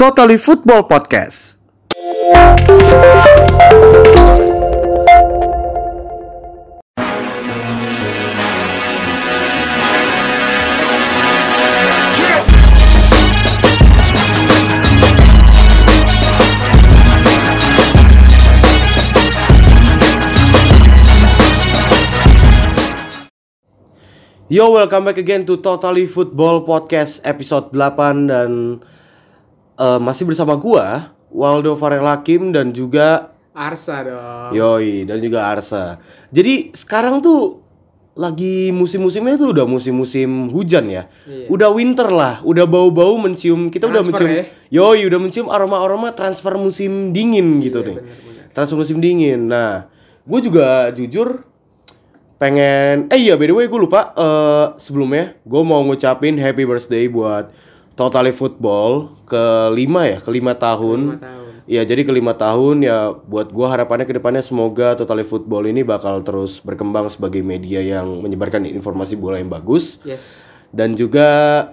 Totally Football Podcast. Yo, welcome back again to Totally Football Podcast episode 8 dan masih bersama gua, Waldo Farel Hakim dan juga Arsa dong. Yoi, dan juga Arsa. Jadi sekarang tuh lagi musim-musimnya tuh udah musim-musim hujan ya. Iya. Udah winter lah, udah bau-bau mencium, kita udah Transfer mencium. ya? Yoi, udah mencium aroma-aroma transfer musim dingin gitu Iya, nih. benar-benar. Transfer musim dingin. Nah, gue juga jujur pengen iya by the way gue lupa sebelumnya gue mau ngucapin happy birthday buat Totally Football kelima tahun. 5 tahun. Ya jadi kelima tahun ya, buat gue harapannya ke depannya semoga Totally Football ini bakal terus berkembang sebagai media yang menyebarkan informasi bola yang bagus. Yes. Dan juga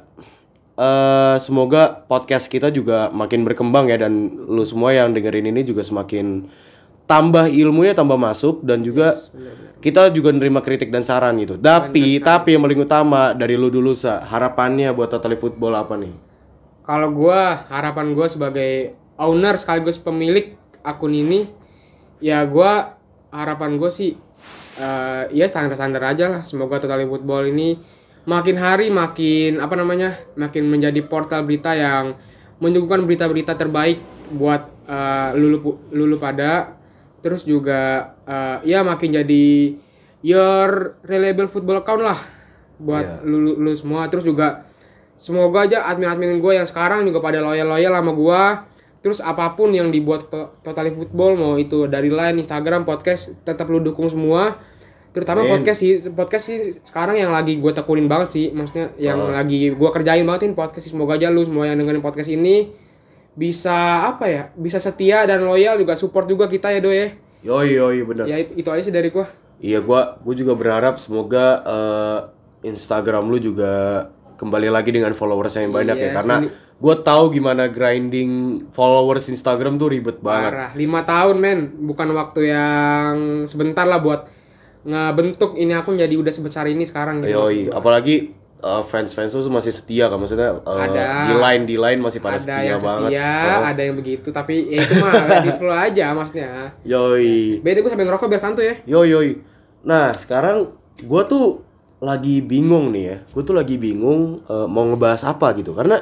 semoga podcast kita juga makin berkembang ya, dan lu semua yang dengerin ini juga semakin tambah ilmunya, tambah masuk, dan juga Yes, benar-benar. kita juga nerima kritik dan saran gitu. Tapi yang paling utama dari lu dulu, Sa, harapannya buat Totally Football apa nih? Kalau harapan gue sebagai owner sekaligus pemilik akun ini, ya harapan gue sih ya standar-standar aja lah. Semoga Totally Football ini makin hari makin makin menjadi portal berita yang menyuguhkan berita-berita terbaik buat lulu pada. Terus juga ya makin jadi your reliable football account lah buat lu semua. Terus juga semoga aja admin-admin gue yang sekarang juga pada loyal sama gue. Terus apapun yang dibuat Totally Football, mau itu dari line, Instagram, podcast, tetap lu dukung semua. Terutama podcast sih sekarang yang lagi gue tekunin banget sih. Maksudnya yang lagi gue kerjain banget ini podcast sih. Semoga aja lu semua yang dengerin podcast ini bisa bisa setia dan loyal, juga support juga kita ya, Do ya. Yoi benar. Ya itu aja sih dari gua. Iya, gue juga berharap semoga Instagram lu juga kembali lagi dengan followers yang banyak ya, karena gue tahu gimana grinding followers Instagram tuh ribet banget. Parah, 5 tahun men, bukan waktu yang sebentar lah buat ngebentuk ini akun jadi udah sebesar ini sekarang gitu. Yoi, apalagi fans tuh masih setia kan, maksudnya di line masih pada setia banget. Ada yang begitu, tapi ya itu mah let it flow aja maksudnya. Yoi. Beda gue sambil ngerokok biar santuy ya. Yoi. Nah, sekarang gue tuh lagi bingung nih ya. Gue tuh lagi bingung mau ngebahas apa gitu, karena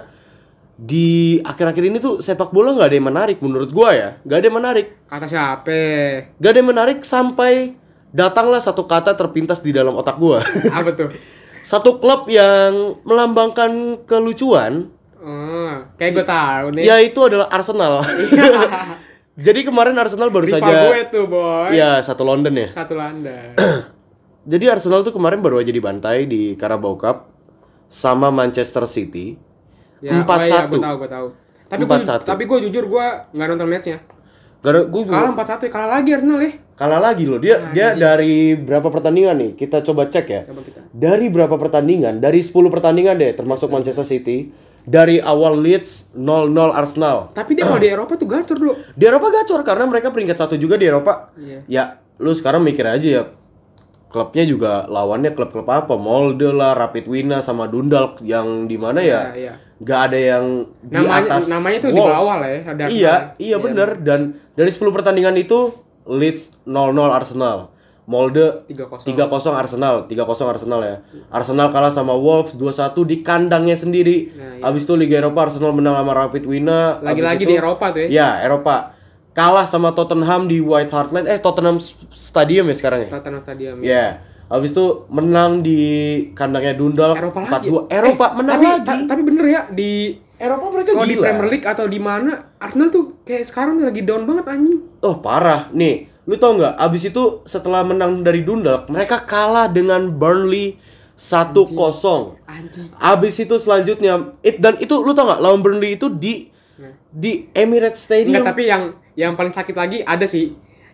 di akhir-akhir ini tuh sepak bola nggak ada yang menarik menurut gue ya. Nggak ada yang menarik. Kata siapa? Nggak ada yang menarik sampai datanglah satu kata terpintas di dalam otak gue. Apa tuh? Satu klub yang melambangkan kelucuan. Kayak gue tahu nih. Yaitu adalah Arsenal. Jadi kemarin Arsenal baru Rival saja. gue tuh, boy. Ya, satu London ya. Satu London. Jadi Arsenal tuh kemarin baru aja dibantai di Carabao Cup sama Manchester City. Ya, 4-1. Gue tahu. Tapi gue jujur gue nggak nonton matchnya. Kalah 4-1, kalah lagi Arsenal ya. Kalah lagi loh. Dia dari berapa pertandingan nih? Kita coba cek ya. Dari berapa pertandingan? Dari 10 pertandingan deh, termasuk Manchester City. Dari awal Leeds 0-0 Arsenal. Tapi dia kalau di Eropa tuh gacor dulu. Di Eropa gacor karena mereka peringkat 1 juga di Eropa. Iya. Ya, lu sekarang mikir aja ya. Klubnya juga lawannya klub-klub apa? Molde lah, Rapid Wien sama Dundalk, yang di mana ya? Iya. Gak ada yang di atas namanya tuh Wolves. di bawah lah ya. Iya benar. Dan dari 10 pertandingan itu Leeds 0-0 Arsenal, Molde 3-0 Arsenal ya. Arsenal kalah sama Wolves 2-1 di kandangnya sendiri. Abis itu Liga Eropa Arsenal menang sama Rapid Wien. Lagi-lagi di Eropa tuh ya. Ya, Eropa. Kalah sama Tottenham di White Hart Lane. Tottenham Stadium ya sekarang ya? Tottenham Stadium. Ya. Abis itu menang di kandangnya Dundalk 4-2. Eropa menang lagi. Tapi bener ya, di Eropa mereka kalau gila. di Premier League atau di mana, Arsenal tuh kayak sekarang lagi down banget anjing. Oh parah. Nih, lu tau nggak? Abis itu setelah menang dari Dundalk, mereka kalah dengan Burnley 1-0. Anjing. Abis itu selanjutnya dan itu lu tau nggak? Lawan Burnley itu di Emirates Stadium. Enggak, tapi yang paling sakit lagi ada sih.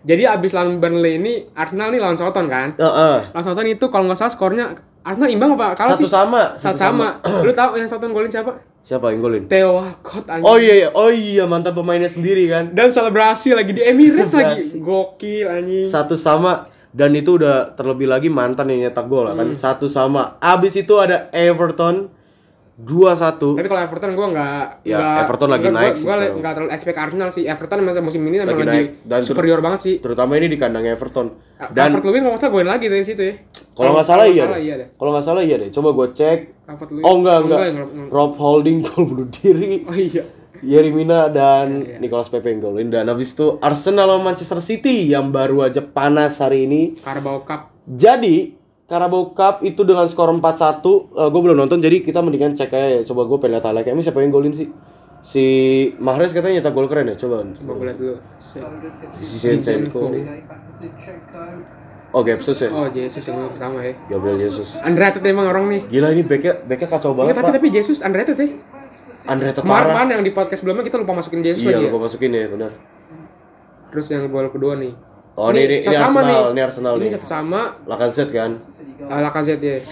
Jadi abis lawan Burnley ini Arsenal nih lawan Southampton kan? Lawan Southampton itu kalau nggak salah skornya Arsenal imbang apa kalah sih? Satu sama. Lu tahu yang Southampton golin siapa? Siapa yang golin? Theo Walcott anjing. Oh iya mantan pemainnya sendiri kan. Dan selebrasi lagi di Emirates lagi. Gokil anjing. 1-1 dan itu udah terlebih lagi mantan yang nyetak gol kan. 1-1. Abis itu ada Everton 2-1. Tapi kalau Everton gue nggak Everton lagi naik sih. Gue nggak terlalu expect Arsenal sih. Everton musim ini memang lagi dan superior banget sih. Terutama ini di kandang Everton. Dan Calvert-Lewin nggak usah golin lagi dari situ ya. Kalau nggak salah iya deh. Kalau nggak salah iya deh. Coba gue cek. Oh enggak. Rob Holding gol bunuh diri. Oh iya. Yerry Mina dan Nicolas Pepe yang golin. Dan habis itu Arsenal lawan Manchester City yang baru aja panas hari ini. Carabao Cup. Jadi Carabao Cup itu dengan skor 4-1. Gue belum nonton jadi kita mendingan cek aja ya. Coba gue pengen lihat highlight. Ini siapa yang golin sih? Si Mahrez katanya nyetak gol keren ya. Coba gue lihat dulu. Zinchenko. Oh, Jesus ya? Oh, Jesus yang pertama ya. Gabriel Jesus. Underrated emang orang nih. Gila ini backnya kacau banget, Pak. Tapi Jesus underrated ya. Underrated parah. Kemarin yang di podcast sebelumnya kita lupa masukin Jesus lagi. Iya, lupa masukin ya, benar. Terus yang gol kedua nih. Oh, ini sama Arsenal, nih. Ini Arsenal nih. Ini satu sama. Lacazette kan? Lacazette ya.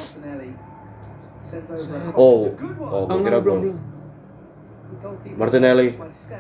Oh, gue kira gol. Martinelli.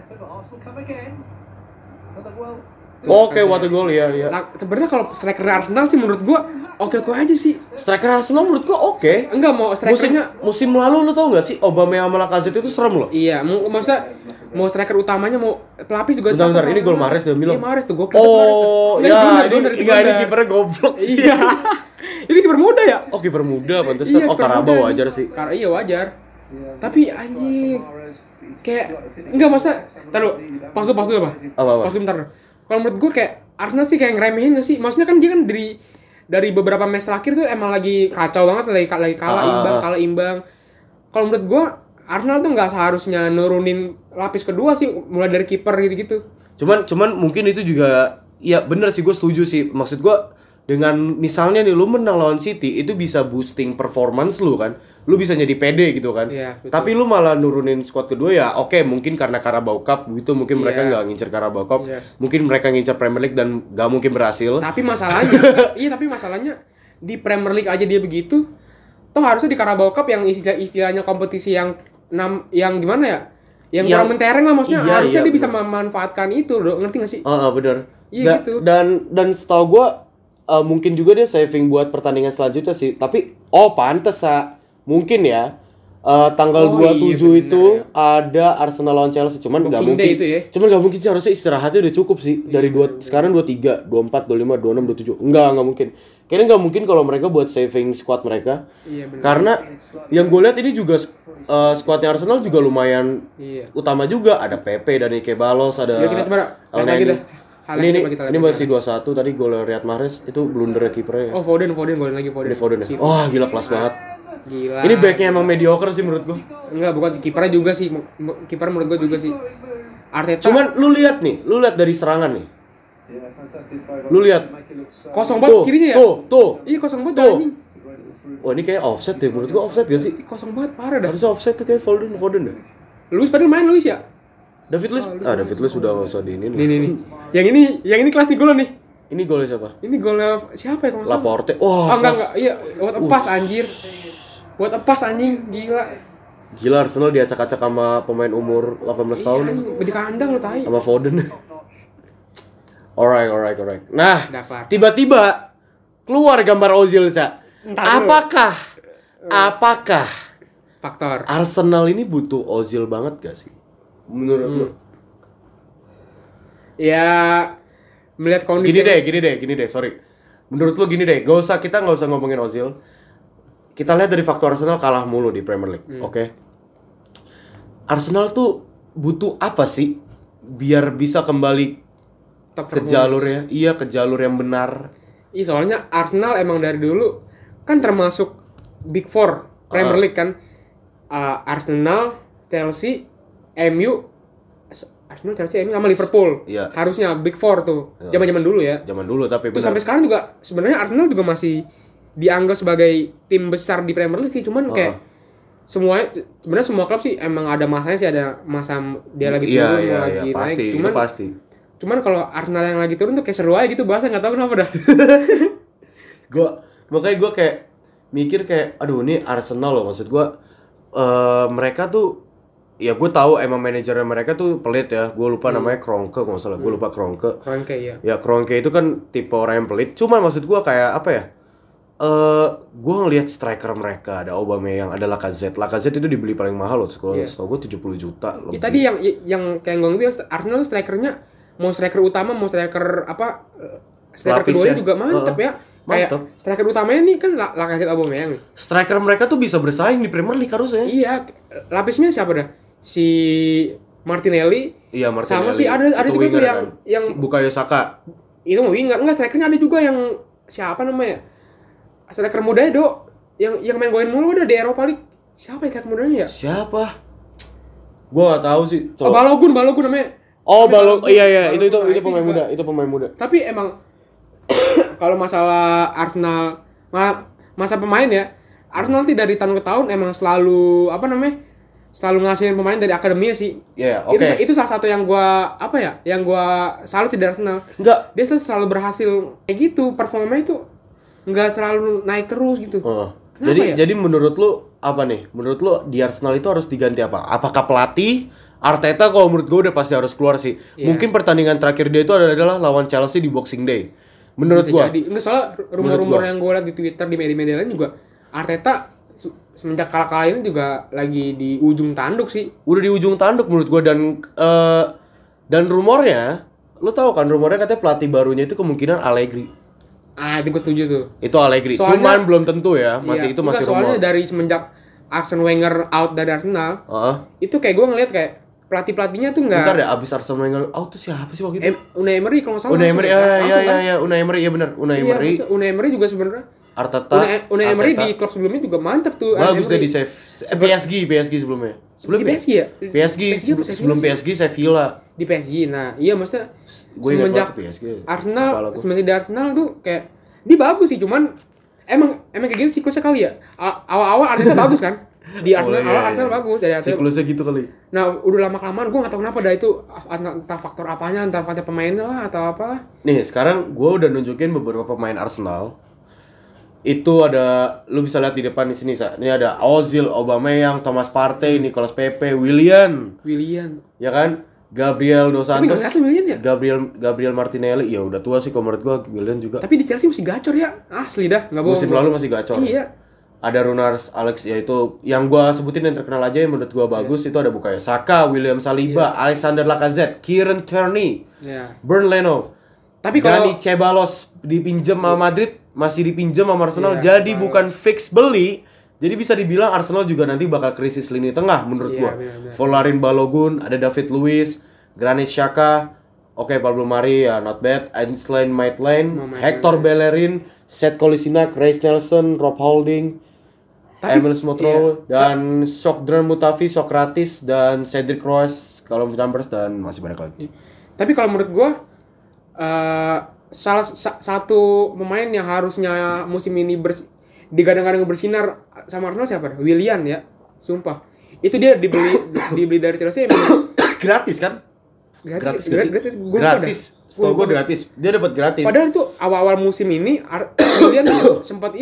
Oke, what a goal ya. Sebenarnya kalau striker Arsenal sih menurut gua oke aja sih. Striker Arsenal menurut gua oke. Enggak mau strikernya musim lalu lu tau enggak sih Aubameyang sama Lacazette itu serem loh. Iya, maksudnya mau striker utamanya mau pelapis juga. Bentar, ini gol Mahrez dia bilang. Iya, Mahrez tuh gokil. Oh, ya ini kipernya goblok. Iya. Ini kiper muda ya? Oh, kiper muda pantesan. Oh, Carabao wajar sih. Iya, wajar. Tapi anjing kayak enggak masa. Taruh, pas dulu apa? Pas dulu bentar. Kalau menurut gue kayak Arsenal sih kayak ngeremehin gak sih? Maksudnya kan dia kan dari beberapa match terakhir tuh emang lagi kacau banget, lagi kalah imbang. Kalau menurut gue Arsenal tuh nggak seharusnya nurunin lapis kedua sih, mulai dari kiper gitu-gitu. Cuman mungkin itu juga ya bener sih, gue setuju sih. Maksud gue dengan misalnya nih lu menang lawan City itu bisa boosting performance lu kan. Lu bisa jadi pede gitu kan. Iya, tapi lu malah nurunin squad kedua ya oke, mungkin karena Carabao Cup gitu mungkin mereka nggak ngincer Carabao Cup. Yes. Mungkin mereka ngincer Premier League dan nggak mungkin berhasil. Tapi masalahnya di Premier League aja dia begitu. Toh harusnya di Carabao Cup yang istilahnya kompetisi yang gimana ya? Yang kurang mentereng lah maksudnya. Harusnya dia bisa memanfaatkan itu, ngerti gak sih? Benar. Iya gitu. Dan setahu gue mungkin juga dia saving buat pertandingan selanjutnya sih. Tapi pantes mungkin ya tanggal 27 itu ya. Ada Arsenal lawan Chelsea. Cuman nggak mungkin itu ya. Cuman nggak mungkin sih, harusnya istirahatnya udah cukup sih. Dari sekarang 23, 24, 25, 26, 27. Enggak mungkin. Kayaknya nggak mungkin kalau mereka buat saving squad mereka. Iya, bener. Karena yang gue lihat ini juga squadnya Arsenal juga lumayan utama juga. Ada Pepe dan Ike Balos, ada. Ya kita coba lagi dah. Ini masih 2-1 tadi gol Riyad Mahrez itu blunder kipernya. Oh, Foden golin lagi Foden. Ya? Wah, gila kelas banget. Gila. Ini backnya emang mediocre sih menurut gua. Enggak, bukan sih, kipernya juga sih. Kiper menurut gua juga sih. Arteta. Cuman lu lihat dari serangan nih. Lu lihat. Kosong banget kirinya ya? Tuh. Iya, kosong banget anjing. Wah, ini kayak offset deh menurut gua, offset gak sih? Kosong banget parah dah. Harusnya offset tuh kayak Foden deh. Luis padahal main Luis ya? David Luiz udah enggak usah di ini. Nih. Yang ini kelas nih golnya nih. Ini golnya siapa? Ini golnya siapa ya kalau enggak salah? Laporte. Wah. Enggak. Iya, buat epas anjir. Buat epas anjing, gila. Gila, Arsenal diacak-acak sama pemain umur 18 tahun. Iya, di kandang lo tai. Sama Foden. Alright. Nah, tiba-tiba keluar gambar Ozil, Cak. Apakah faktor Arsenal ini butuh Ozil banget gak sih? Menurut lo? Ya, melihat kondisi Gini deh, sorry. Menurut lo gini deh, kita nggak usah ngomongin Ozil. Kita lihat dari faktor Arsenal kalah mulu di Premier League, oke? Arsenal tuh butuh apa sih biar bisa kembali ke jalurnya? Iya, ke jalur yang benar. Iya, soalnya Arsenal emang dari dulu kan termasuk Big Four Premier League kan. Arsenal, Chelsea, MU sama Liverpool. Yes. Harusnya Big Four tuh. Zaman-zaman dulu ya. Zaman dulu tapi benar. Terus sampai sekarang juga sebenarnya Arsenal juga masih dianggap sebagai tim besar di Premier League sih, cuman kayak semua klub sih emang ada masanya sih, ada masa dia lagi turun lagi naik. Pasti, cuman itu pasti. Cuman kalau Arsenal yang lagi turun tuh kayak seru aja gitu bahasa, nggak tahu kenapa dah. Makanya gue kayak mikir kayak aduh ini Arsenal loh, maksud gue mereka tuh ya gue tahu emang manajernya mereka tuh pelit ya, gue lupa namanya Kroenke kalau nggak salah, gue lupa Kroenke. Kroenke ya. Ya Kroenke itu kan tipe orang yang pelit, cuman maksud gue kayak apa ya? Gue ngelihat striker mereka ada Aubameyang, ada Lacazette itu dibeli paling mahal loh, setahu gue 70 juta lebih. Tadi yang kayak gue bilang Arsenal strikernya mau striker utama mau striker apa striker keduanya juga mantep ya. Kayak striker utamanya nih kan Lacazette Aubameyang nih. Striker mereka tuh bisa bersaing di Premier League harusnya. Iya, lapisnya siapa dah? Si Martinelli. Iya, Martinelli. Sama si ada juga tuh yang si Bukayo Saka. Itu mau winger. Enggak, strikernya ada juga yang siapa namanya? Striker muda Edo yang main golin mulu udah di Eropa League. Siapa ya striker mudanya ya? Siapa? Gua enggak tahu sih. Balogun namanya. Iya, itu pemain muda. Tapi emang kalau masalah Arsenal masa pemain ya, Arsenal sih dari tahun ke tahun emang selalu selalu ngasihin pemain dari akademinya sih. Iya, oke. Itu salah satu yang gua salut sih dari Arsenal. Enggak, dia selalu berhasil kayak gitu, performanya itu enggak selalu naik terus gitu. Jadi menurut lu apa nih? Menurut lu di Arsenal itu harus diganti apa? Apakah pelatih? Arteta kalau menurut gue udah pasti harus keluar sih. Yeah. Mungkin pertandingan terakhir dia itu adalah lawan Chelsea di Boxing Day. Menurut gue. Enggak salah, rumor-rumor yang gue lihat di Twitter di media-media lain juga Arteta semenjak kalah ini juga lagi di ujung tanduk sih. Udah di ujung tanduk menurut gue dan rumornya, lu tahu kan rumornya katanya pelatih barunya itu kemungkinan Allegri. Itu gue setuju tuh. Itu Allegri. Cuman belum tentu ya, masih rumor. Soalnya dari semenjak Arsene Wenger out dari Arsenal, itu kayak gue ngeliat kayak pelatihnya tuh enggak. Bentar deh, abis Arsene Wenger out tuh siapa sih waktu itu? Unai Emery kalau enggak salah. Unai Emery Unai Emery ya benar. Unai Emery juga sebenarnya. Arteta. Unai Emery di klub sebelumnya juga mantep tuh. Bagus deh di save. PSG sebelumnya. Sebelum PSG ya? Sebelum PSG Sevilla. Di PSG. Nah, iya maksudnya semenjak Arsenal, semenjak di Arsenal tuh kayak dia bagus sih, cuman emang kayak gitu siklusnya kali ya. Awal-awal Arteta bagus kan? Di Arsenal Arsenal bagus dari Arsenal. Siklusnya gitu kali. Nah, udah lama-kelamaan gue enggak tahu kenapa dah itu entah faktor apanya, entah faktor pemainnya lah atau apalah. Nih, sekarang gue udah nunjukin beberapa pemain Arsenal. Itu ada, lu bisa lihat di depan di sini, Sa. Ini ada Ozil, Aubameyang, Thomas Partey, Nicolas Pepe, Willian. Ya kan? Gabriel Dos Santos. Tapi Willian ya? Gabriel Martinelli. Ya udah tua sih kalau menurut gua, Willian juga. Tapi di Chelsea masih gacor ya. Asli dah, enggak bohong. Musim lalu masih gacor. Iya. Ada Runars Alex, yaitu yang gua sebutin yang terkenal aja yang menurut gua bagus itu ada Bukayo Saka, William Saliba, Alexander Lacazette, Kieran Tierney, Bernd Leno. Tapi kalau Dani Ceballos dipinjam sama Madrid, masih dipinjam sama Arsenal, jadi bukan fix beli. Jadi bisa dibilang Arsenal juga nanti bakal krisis lini tengah menurut gua. Folarin Balogun, ada David Luiz, Granit Xhaka, Pablo Mari ya not bad, Ainsley Maitland, Hector Bellerin, Seth Kolasinac, Reiss Nelson, Rob Holding, Emil Smith-Rowe, dan Sokdran Mutafi, Sokratis, dan Cedric Royce, kalau Chambers, dan masih banyak lagi. Tapi kalau menurut gua salah satu pemain yang harusnya musim ini digadang-gadang bersinar sama Arsenal siapa? Willian ya, sumpah. Itu dia dibeli dari Chelsea emang gratis kan? Gratis. Setahu gue gratis. Dia dapat gratis. Padahal itu awal-awal musim ini Willian sempat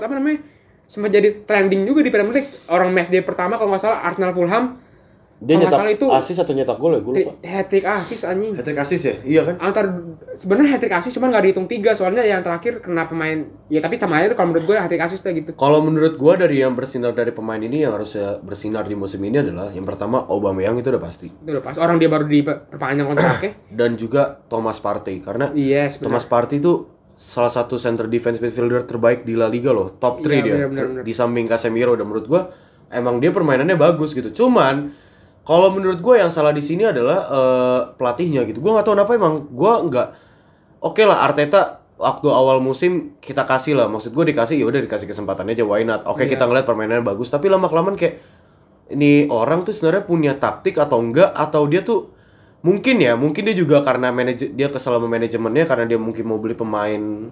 jadi trending juga di Premier League. Orang match day pertama kalau nggak salah Arsenal Fulham. Dia nyetak assist atau nyetak gol ya, gue lupa. Hat-trick assist anjing. Hat-trick assist ya? Iya kan? Sebenarnya hat-trick assist cuman enggak dihitung 3 soalnya yang terakhir kena pemain. Ya tapi sama aja kalau menurut gue hat-trick assist gitu. Kalau menurut gue dari yang bersinar dari pemain ini yang harusnya bersinar di musim ini adalah yang pertama Aubameyang itu udah pasti. Itu udah pasti. Orang dia baru diperpanjang kontraknya. Dan juga Thomas Partey karena Thomas Partey itu salah satu center defense midfielder terbaik di La Liga loh. Top 3 dia. Bener. Di samping Casemiro, dan menurut gue emang dia permainannya bagus gitu. Cuman kalau menurut gue yang salah di sini adalah pelatihnya gitu. Gue nggak tahu kenapa emang gue nggak. Oke lah Arteta waktu awal musim kita kasih lah. Maksud gue dikasih dikasih kesempatannya aja, why not? Kita ngeliat permainannya bagus. Tapi lama-kelamaan kayak ini orang tuh sebenarnya punya taktik atau enggak, atau dia tuh mungkin dia juga karena dia kesal sama manajemennya karena dia mungkin mau beli pemain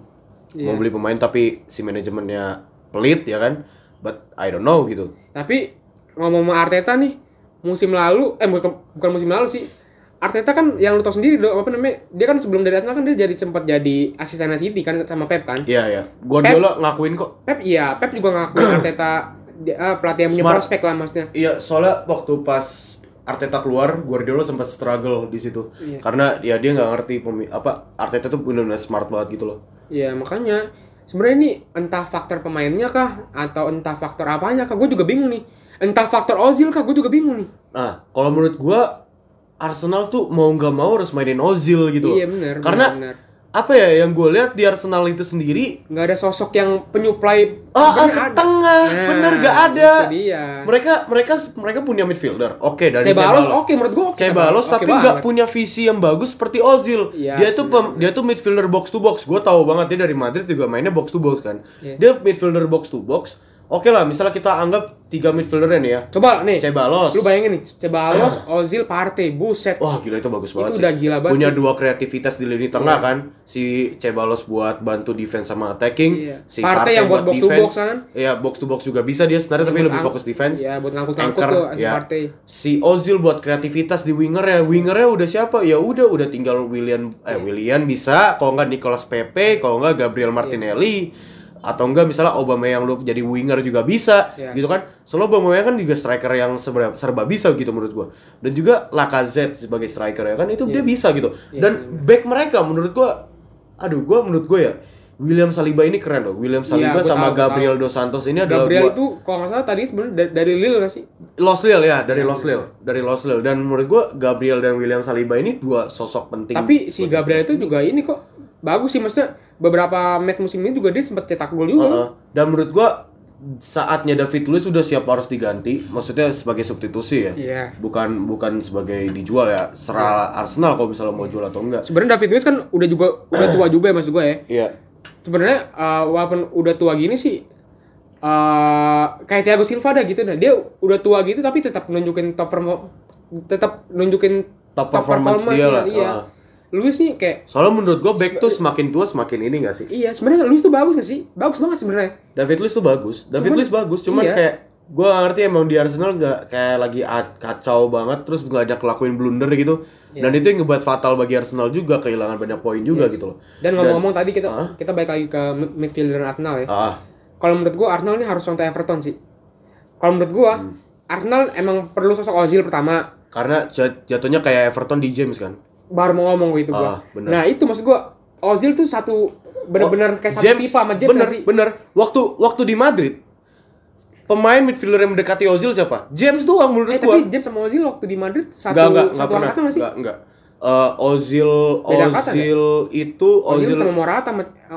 tapi si manajemennya pelit ya kan. But I don't know gitu. Tapi ngomong Arteta nih, musim lalu bukan musim lalu sih, Arteta kan yang lu tau sendiri apa namanya, dia kan sebelum dari Arsenal kan dia sempat jadi asisten City kan sama Pep kan. Iya. Guardiola ngakuin kok. Pep juga ngakuin Arteta pelatih yang punya prospek lah maksudnya. Iya, soalnya waktu pas Arteta keluar, Guardiola sempat struggle di situ. Iya. Karena ya dia nggak ngerti Arteta tuh benar-benar smart banget gitu loh. Iya, makanya sebenarnya ini entah faktor pemainnya kah atau entah faktor apanya kah, gue juga bingung nih. Entah faktor Ozil kah, gue juga bingung nih. Nah, kalau menurut gue Arsenal tuh mau nggak mau harus mainin Ozil gitu loh. Iya benar. Karena bener. Apa ya yang gue lihat di Arsenal itu sendiri nggak ada sosok yang penyuplai ke tengah. Bener gak ada. Itu dia. Mereka punya midfielder. Oke, dari Ceballos. Oke, menurut gue Ceballos tapi nggak punya visi yang bagus seperti Ozil. Ya, dia tuh midfielder box to box. Gue tahu banget dia dari Madrid juga mainnya box to box kan. Ya. Dia midfielder box to box. Oke lah, misalnya kita anggap 3 midfieldernya nih ya. Coba nih. Ceballos. Lu bayangin nih, Ceballos, Ozil, Partey, buset. Wah, gila itu bagus banget. Itu udah gila banget. Punya 2 kreativitas di lini tengah kan. Si Ceballos buat bantu defense sama attacking, si Partey yang buat box to box kan. Iya, box to box juga bisa dia sebenarnya tapi lebih fokus defense. Iya, buat ngangkut-ngangkut tuh Partey. Si Ozil buat kreativitas di winger ya. Wingernya udah siapa? Ya udah tinggal Willian bisa, kalau enggak Nicolas Pepe, kalau enggak Gabriel Martinelli. Atau enggak misalnya Aubameyang lu jadi winger juga bisa gitu kan. Soalnya Aubameyang kan juga striker yang serba bisa gitu menurut gua. Dan juga Lacazette sebagai striker ya kan itu dia bisa gitu. Dan back mereka menurut gua menurut gua ya William Saliba ini keren loh. William Saliba sama Gabriel Dos Santos ini adalah Gabriel itu kalau nggak salah tadi sebenarnya dari Lille nggak sih? Lost Lille ya, dari Lost Lille. Dan menurut gua Gabriel dan William Saliba ini 2 sosok penting. Tapi si Gabriel itu juga ini kok bagus sih, maksudnya beberapa match musim ini juga dia sempat cetak gol juga. Dan menurut gua saatnya David Luiz sudah siap harus diganti, maksudnya sebagai substitusi ya. Iya. Bukan sebagai dijual ya. Serah Arsenal kalau misalnya mau jual atau enggak. Sebenarnya David Luiz kan udah tua juga ya maksud gua ya. Iya. Sebenarnya walaupun udah tua gini sih kayak Thiago Silva dah gitu nah. Dia udah tua gitu tapi tetap nunjukin top performance dia lah. Iya. Luis nih kayak soalnya menurut gue back tuh semakin tua semakin ini gak sih? Iya, sebenarnya Luis tuh bagus gak sih? Bagus banget sebenarnya. David Luiz tuh bagus. Cuman kayak gue ngerti emang di Arsenal gak kayak lagi kacau banget terus gak ada kelakuin blunder gitu. Dan itu yang ngebuat fatal bagi Arsenal juga, kehilangan banyak poin juga gitu loh. Dan ngomong-ngomong tadi kita balik lagi ke midfielder Arsenal ya. Kalau menurut gue Arsenal ini harus contoh Everton sih. Kalau menurut gue Arsenal emang perlu sosok Ozil pertama. Karena jatuhnya kayak Everton di James kan. Baru mau ngomong gitu gua. Nah, itu maksud gua Ozil tuh benar-benar kayak satu tipe sama James sih. Bener. Waktu di Madrid pemain midfielder yang mendekati Ozil siapa? James doang menurut gua. Tapi James sama Ozil waktu di Madrid satu angkatan enggak sih? Enggak. Ozil sama Morata.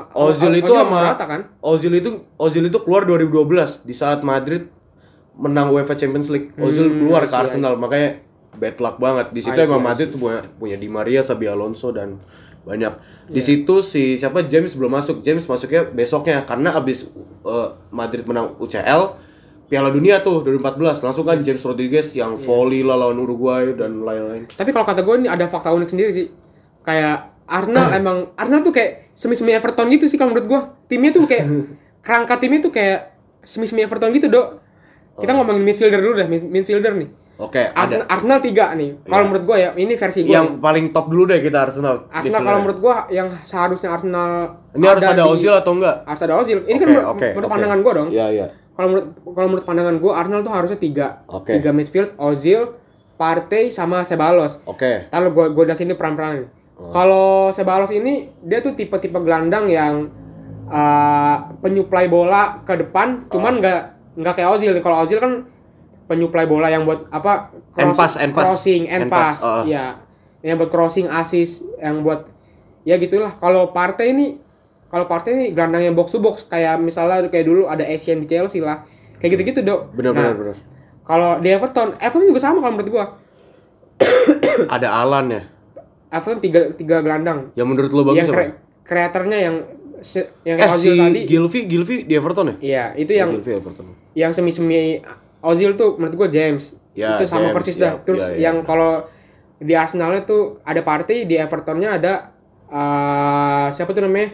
Ozil itu keluar 2012 di saat Madrid menang UEFA Champions League. Ozil keluar ke Arsenal, makanya bad luck banget. Di situ emang Madrid tuh punya Di Maria, Xabi Alonso dan banyak. Di situ si James belum masuk. James masuknya besoknya karena abis Madrid menang UCL Piala Dunia tuh 2014 langsung kan James Rodriguez yang volley lah lawan Uruguay dan lain-lain. Tapi kalau kata gue ini ada fakta unik sendiri sih. Kayak Arsenal tuh kayak semi-semi Everton gitu sih kalau menurut gue. Timnya tuh kayak kerangka timnya tuh kayak semi-semi Everton gitu, Dok. Kita ngomongin midfielder dulu dah, midfielder nih. Oke, Arsenal 3 nih. Kalau menurut gue ya, ini versi gue. Yang paling top dulu deh kita Arsenal. Arsenal kalau menurut gue yang seharusnya Arsenal ini harus ada Ozil atau enggak? Harus ada Ozil. Ini kan menurut pandangan gue dong. Iya. Kalau menurut pandangan gue Arsenal tuh harusnya 3. 3 midfield, Ozil, Partey sama Ceballos. Lalu gue udah sini peran-peran. Kalau Ceballos ini dia tuh tipe-tipe gelandang yang penyuplai bola ke depan, cuman enggak kayak Ozil. Kalau Ozil kan penyuplai bola yang buat apa? Crossing, end pass. Ya. Yang buat crossing, assist, yang buat ya gitulah. Kalau Partey ini gelandang yang box to box kayak misalnya kayak dulu ada Essien di Chelsea lah. Kayak gitu-gitu, Dok. Benar. Kalau di Everton juga sama kalau menurut gua. Ada Alan ya. Everton 3 gelandang. Yang menurut lo bagus apa? Kreatornya yang Ozil tadi. Gylfi di Everton ya? Iya, itu yang Gylfi Everton. Yang semi Ozil tuh menurut gue James. Ya, itu sama James, persis dah. Terus yang kalau di Arsenalnya tuh ada Partey, di Evertonnya ada siapa tuh namanya,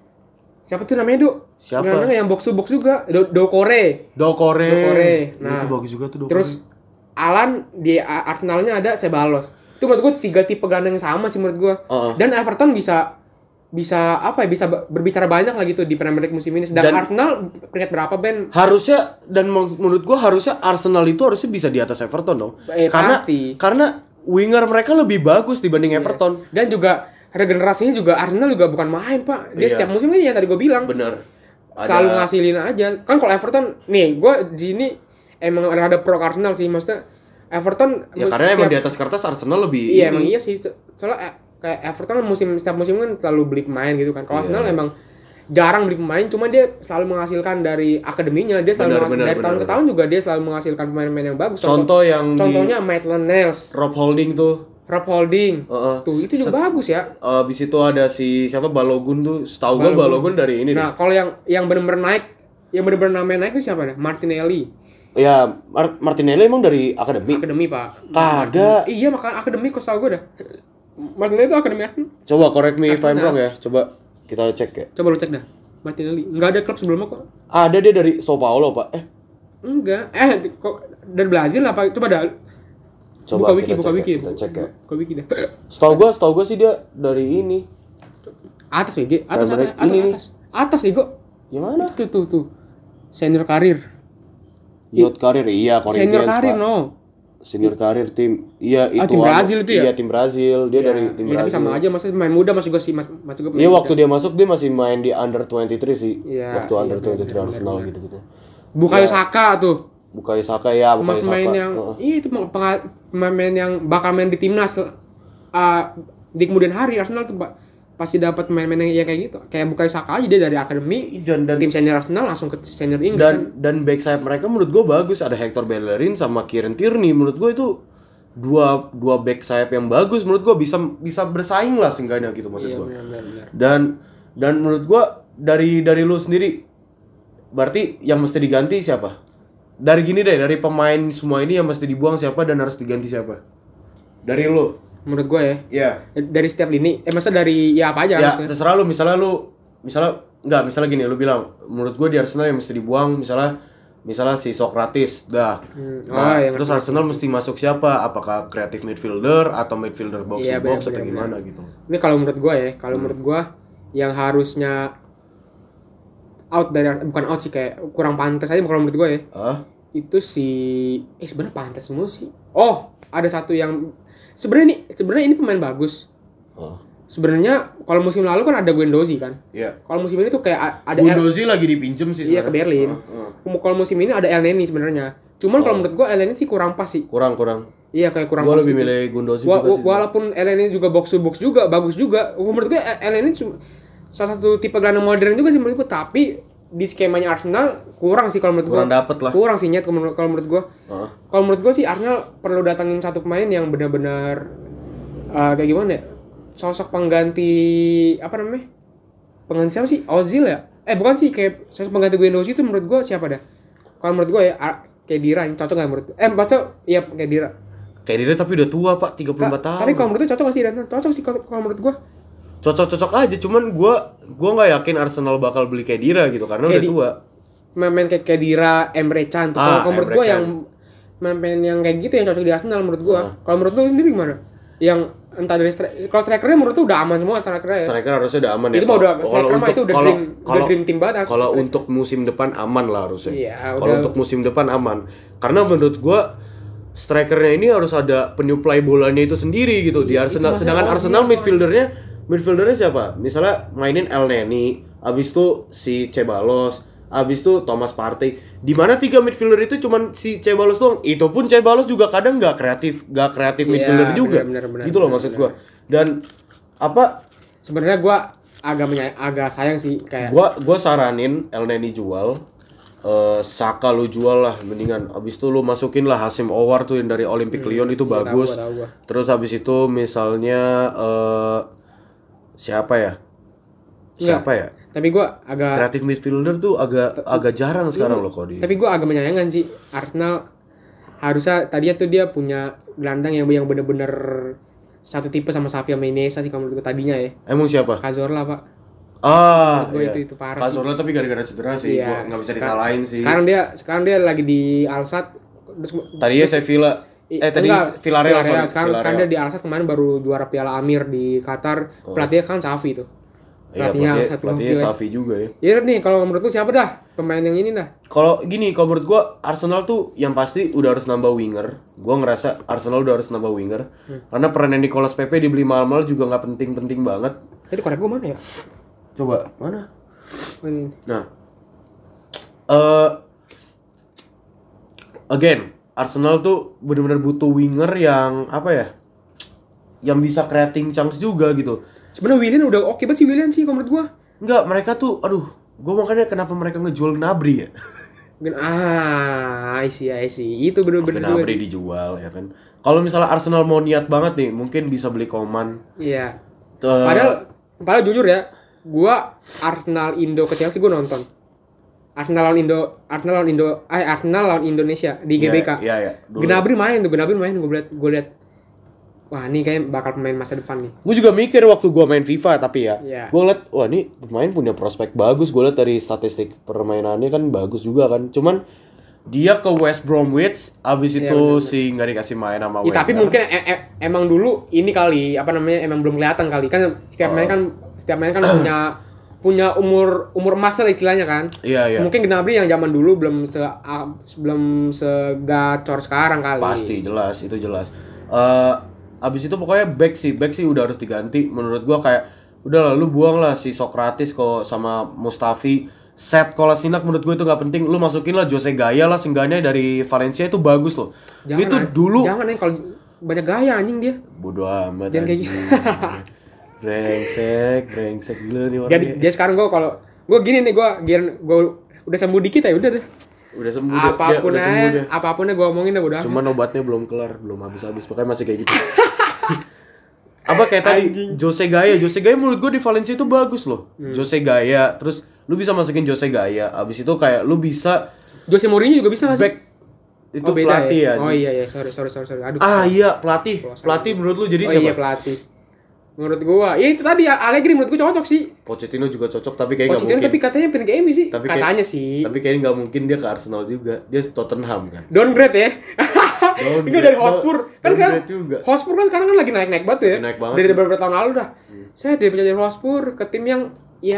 Dok? Siapa? Yang box to box juga. Doucouré. Nah, itu bagus juga tuh Doucouré. Terus Alan di Arsenalnya ada Ceballos. Itu menurut gue 3 tipe gelandang yang sama sih menurut gue. Dan Everton bisa berbicara banyak lah gitu di Premier League musim ini. Sedangkan Arsenal peringkat berapa Ben? Harusnya, dan menurut gue harusnya Arsenal itu harusnya bisa di atas Everton dong. Karena winger mereka lebih bagus dibanding Everton. Dan juga regenerasinya juga Arsenal juga bukan main pak. Dia setiap musim ini yang tadi gue bilang. Bener. Selalu ngasilin aja. Kan kalau Everton nih gue di sini emang ada pro Arsenal sih, maksudnya Everton ya karena emang di atas kertas Arsenal lebih emang iya sih, soalnya kayak Everton setiap musim kan selalu beli pemain gitu kan. Kalau Arsenal emang jarang beli pemain, cuma dia selalu menghasilkan dari akademinya. Dia selalu dari tahun ke tahun juga dia selalu menghasilkan pemain-pemain yang bagus. Contohnya Maitland Niles, Rob Holding tuh itu juga bagus ya. Abis itu ada si siapa Balogun tuh, setahu gue Balogun dari ini. Nah kalau yang benar-benar naik, yang benar-benar namanya naik itu siapa dah? Martinelli. Ya, Martinelli emang dari akademi? Akademi, Pak. Kagak. Iya, makanya akademi kok tahu gue dah. Martinelli itu akademi Arsenal. Coba correct me if I'm wrong ya. Coba kita cek ya. Coba lu cek dah. Martinelli. Enggak ada klub sebelumnya kok. Ada dia dari Sao Paulo, Pak. Enggak. Kok dari Brazil apa? Coba dah. Coba buka wiki. Kita cek ya. Buka wiki dah. Setahu gua sih dia dari ini. Atas WG, atas Ego. Gimana? Tuh. Senior karir. Youth karir, iya Corinthians. Senior karir Senior karir tim. Iya itu. Tim Brazil itu ya? Iya tim Brazil, dia dari tim Brazil. Tapi sama aja, maksudnya main muda masih gue Iya waktu dia masuk dia masih main di under 23 sih. Ya, waktu under 23 Arsenal gitu-gitu. Bukayo Saka tuh. Bukayo Saka ya, Bukayo Saka. Pemain yang itu pemain yang bakal main di timnas di kemudian hari Arsenal tuh pasti dapat pemain-pemain yang kayak gitu. Kayak Bukayo Saka aja dia dari akademi dan tim senior Arsenal langsung ke senior Inggris. Dan back sayap mereka menurut gue bagus, ada Hector Bellerin sama Kieran Tierney. Menurut gue itu dua back sayap yang bagus, menurut gue bisa bersaing lah seenggaknya gitu maksud gue. Benar. Dan menurut gue dari lu sendiri berarti yang mesti diganti siapa? Dari pemain semua ini yang mesti dibuang siapa dan harus diganti siapa? Dari lu. Menurut gue ya. Iya. Dari setiap lini. Maksudnya dari ya apa aja. Ya terserah lu. Misalnya gini, lu bilang menurut gue di Arsenal yang mesti dibuang misalnya si Sokratis dah. Terus Arsenal mesti masuk siapa? Apakah creative midfielder atau midfielder box to box atau gimana gitu? Ini kalau menurut gue ya, menurut gue yang harusnya out dari, bukan out sih, kayak kurang pantas aja kalau menurut gue ya. Itu sebenarnya pantas semua sih. Ada satu yang sebenarnya ini pemain bagus. Sebenarnya kalau musim lalu kan ada Guendouzi kan. Iya. Kalau musim ini tuh kayak ada Guendouzi lagi dipinjem sih. Iya, ke Berlin. Kalau musim ini ada Elneny sebenarnya. Cuman kalau menurut gua Elneny sih kurang pas sih. Kurang. Iya, kayak kurang pas. Gua lebih milih Guendouzi juga sih. Walaupun Elneny juga box to box juga bagus juga. Menurut gua Elneny salah satu tipe gelandang modern juga sih menurut gua, tapi di skemanya Arsenal kurang sih kalau menurut gua. Kurang dapet lah. Kurang sih nyet kalau menurut gua. Kalau menurut gua sih Arsenal perlu datangin satu pemain yang benar-benar kayak gimana ya? Sosok pengganti pengganti siapa sih? Ozil ya? Bukan sih, kayak sosok pengganti Guendouzi itu menurut gua siapa dah? Kalau menurut gua ya kayak Dira, cocok enggak menurut? Iya kayak Dira. Kayak Dira tapi udah tua, Pak, 34 tahun. Tapi kalau menurut gua cocok enggak sih? Cocok sih kalau menurut gua. Cocok aja, cuman gua enggak yakin Arsenal bakal beli kayak Dira gitu karena udah tua. Main kayak Dira, Emre Can tuh. Kalau menurut gua yang main yang kayak gitu yang cocok di Arsenal menurut gua. Kalau menurut lu sendiri gimana? Yang entah dari kalau strikernya menurut tuh udah aman semua strikernya ya. Striker harusnya udah aman ya. Itu udah dream team banget. Kalau untuk musim depan aman lah harusnya. Iya, kalau untuk musim depan aman. Karena menurut gua strikernya ini harus ada penyuplai bolanya itu sendiri gitu di Arsenal. Sedangkan Arsenal midfieldernya siapa? Misalnya mainin Elneny, abis itu si Ceballos, abis itu Thomas Partey. Di mana 3 midfielder itu cuman si Ceballos doang. Itu pun Ceballos juga kadang enggak kreatif midfielder juga. Bener, gitu loh maksud gua. Dan sebenarnya gua agak sayang sih kayak gua saranin Elneny jual. Saka lu jual lah mendingan. Abis itu lu masukin lah Hasim Owar tuh yang dari Olympic Lyon itu bagus. Tahu gua. Terus habis itu misalnya siapa ya? Tapi gua agak kreatif midfielder tuh agak jarang sekarang loh kok di. Tapi gua agak menyayangkan sih Arsenal harusnya tadinya tuh dia punya gelandang yang benar-benar satu tipe sama Xavi sama Iniesta sih kalau menurut gua tadinya ya. Emang siapa? Cazorla, Pak. Iya. Itu parah. Cazorla tapi gara-gara cedera sih, gua enggak bisa disalahin sih. Sekarang dia lagi di Al Sadd. Tadinya Sevilla. Tadi Villarreal. Sekarang dia di Al-Sadd, kemarin baru juara Piala Amir di Qatar. Pelatihnya kan Xavi tuh. Pelatihnya Xavi juga ya. Iya nih, kalau menurut lu siapa dah pemain yang ini dah? Kalau menurut gua Arsenal tuh yang pasti udah harus nambah winger. Gua ngerasa Arsenal udah harus nambah winger. Karena perannya Nicolas Pepe dibeli mahal-mahal juga nggak penting-penting banget. Tadi korek gua mana ya? Coba, mana? Ini. Nah. Again, Arsenal tuh benar-benar butuh winger yang apa ya? Yang bisa creating chance juga gitu. Sebenarnya Willian udah oke banget sih Willian sih kalau menurut gua. Enggak, mereka tuh gua makanya kenapa mereka ngejual Gnabry ya? I see. Itu bener-bener Gnabry dijual ya kan. Kalau misalnya Arsenal mau niat banget nih, mungkin bisa beli Coman. Iya. Padahal jujur ya, gua Arsenal Indo ke Chelsea gua nonton. Arsenal lawan Indonesia di GBK. Iya. Gnabry main gue lihat. Wah, ini kayak bakal pemain masa depan nih. Gue juga mikir waktu gue main FIFA tapi ya. Yeah. Gue liat, wah ini pemain punya prospek bagus. Gue liat dari statistik permainannya kan bagus juga kan. Cuman dia ke West Bromwich, abis itu sih nggak dikasih main sama Wenger. Tapi mungkin emang dulu ini kali emang belum kelihatan kali kan setiap main kan punya umur emas lah istilahnya kan. Iya. Mungkin Gnabry yang zaman dulu belum segacor sekarang kali. Pasti itu jelas. Abis itu pokoknya back sih udah harus diganti. Menurut gua kayak udah lu buang lah si Sokratis kok sama Mustafi. Set Kolasinac menurut gue itu nggak penting. Lu masukin lah Jose Gaya lah, seenggaknya dari Valencia itu bagus loh. Jangan kalau banyak gaya anjing dia. Bodoh amat. Jangan kayak gitu. brengsek gila nih orangnya. Jadi dia sekarang gue gini nih, gue udah sembuh dikit ya udah deh. Udah sembuh apapun gue omongin dah udah. Cuman obatnya belum kelar, belum habis pokoknya masih kayak gitu. Apa kayak tadi Jose Gaya menurut gue di Valencia itu bagus loh. Jose Gaya, terus lu bisa masukin Jose Gaya, abis itu kayak lu bisa Jose Mourinho juga bisa masuk. Back itu pelatih ya. Oh iya sorry. Aduh. Iya, pelatih menurut lu jadi siapa? Iya, pelatih. Menurut gua, ya itu tadi Allegri menurut gua cocok sih. Pochettino juga cocok tapi kayak enggak mungkin. Tapi katanya pindah ke MU sih. Katanya sih. Tapi kayaknya enggak mungkin dia ke Arsenal juga. Dia Tottenham kan. Downgrade ya. Enggak dari Hotspur. Kan juga. Hotspur kan sekarang kan lagi naik banget ya. Naik banget dari beberapa tahun lalu dah. Saya dari Hotspur ke tim yang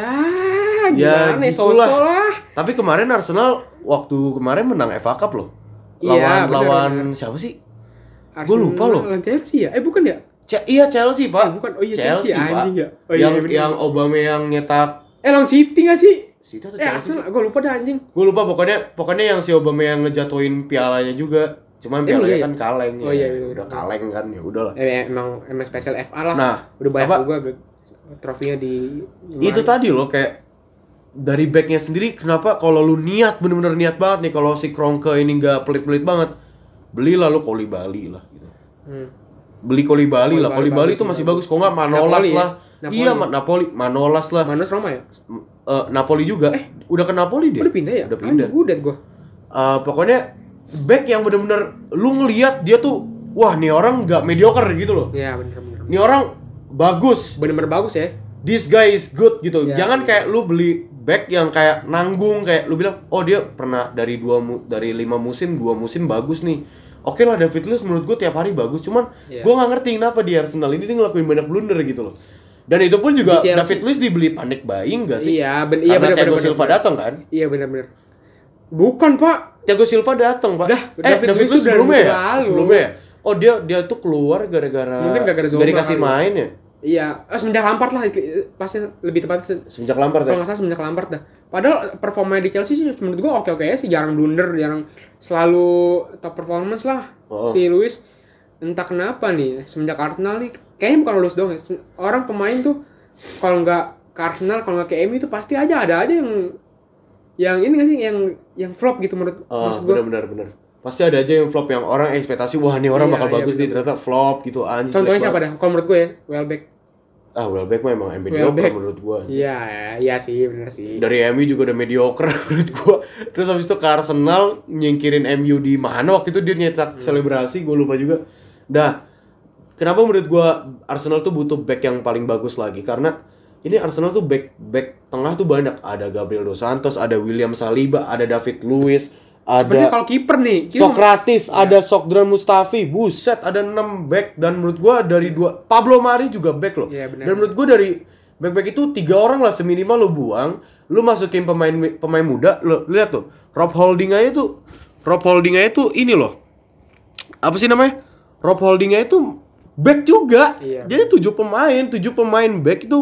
gimana sosok lah. Tapi kemarin Arsenal waktu kemarin menang FA Cup loh. Lawan siapa sih? Gue lupa loh. Lawan Chelsea ya? Bukan ya? Iya Chelsea pak. Bukan. Oh iya Chelsea anjing ya. Oh, yang Obama yang nyetak. Lawan City nggak sih? City atau Chelsea? Gue lupa dah anjing. Gue lupa pokoknya yang si Obama yang ngejatuhin pialanya juga. Cuman pialanya kan kaleng ya. Oh iya. Udah kaleng kan ya udahlah. Emang spesial FA lah. Nah, udah banyak juga trofinya di. Itu tadi loh kayak dari backnya sendiri kenapa kalau lu bener-bener niat banget nih kalau si Kroenke ini nggak pelit-pelit banget, belilah lu Koulibaly lah gitu. Beli Koulibaly lah. Koulibaly itu masih bagus. Kok nggak Manolas Napoli, lah. ya? Iya, Manolas lah. Manolas Roma ya? Napoli juga. Udah ke Napoli dia. Udah pindah ya? Udah pindah. Udah gua. Pokoknya back yang bener-bener lu ngelihat dia tuh, wah nih orang nggak mediocre gitu loh. Iya bener. Nih orang bagus. Bener-bener bagus ya. This guy is good gitu. Ya, jangan kayak lu beli back yang kayak nanggung, kayak lu bilang, oh dia pernah dari 5 musim 2 musim bagus nih. Oke lah, David Luiz menurut gue tiap hari bagus, cuman gue nggak ngerti kenapa di Arsenal ini dia ngelakuin banyak blunder gitu loh. Dan itu pun juga David Luiz dibeli panik buying gak sih? Iya, karena Thiago Silva datang kan? Iya benar. Bukan pak, Thiago Silva datang pak. David Luiz sebelumnya ya? Oh dia tuh keluar gara-gara gak dikasih main ya? Iya, semenjak Lampard lah, pasti lebih tepatnya semenjak Lampard ya? Kalau nggak salah semenjak Lampard dah. Padahal performanya di Chelsea sih menurut gua oke ya sih, jarang blunder, jarang selalu top performance lah. Si Luis. Entah kenapa nih, semenjak Arsenal nih, kayaknya bukan Luis doang ya. Orang pemain tuh kalau nggak ke Arsenal, kalau nggak ke MU itu pasti ada yang ini nggak sih, yang flop gitu maksud gua. Benar. Pasti ada aja yang flop yang orang ekspektasi wah nih orang bakal bagus nih, ternyata flop gitu anjir. Contohnya siapa dah? Kalau menurut gue ya, Welbeck. Welbeck mah emang mediocre menurut gue. Iya sih, benar sih. Dari MU juga udah mediocre menurut gue. Terus habis itu ke Arsenal nyingkirin MU di mana waktu itu dia nyetak selebrasi, gue lupa juga. Dah. Kenapa menurut gue Arsenal tuh butuh back yang paling bagus lagi? Karena ini Arsenal tuh back tengah tuh banyak. Ada Gabriel Dos Santos, ada William Saliba, ada David Luiz, Sebenarnya kalau kiper nih, Sokratis, ada Sokdran Mustafi, buset, ada 6 back dan menurut gua dari 2 Pablo Mari juga back loh. Iya, benar. Dan menurut gua dari back-back itu 3 orang lah seminimal lo buang, lu masukin pemain muda, lo lihat tuh. Rob Holding aja tuh ini loh. Apa sih namanya? Rob Holding aja tuh back juga. Iya. Jadi 7 pemain back itu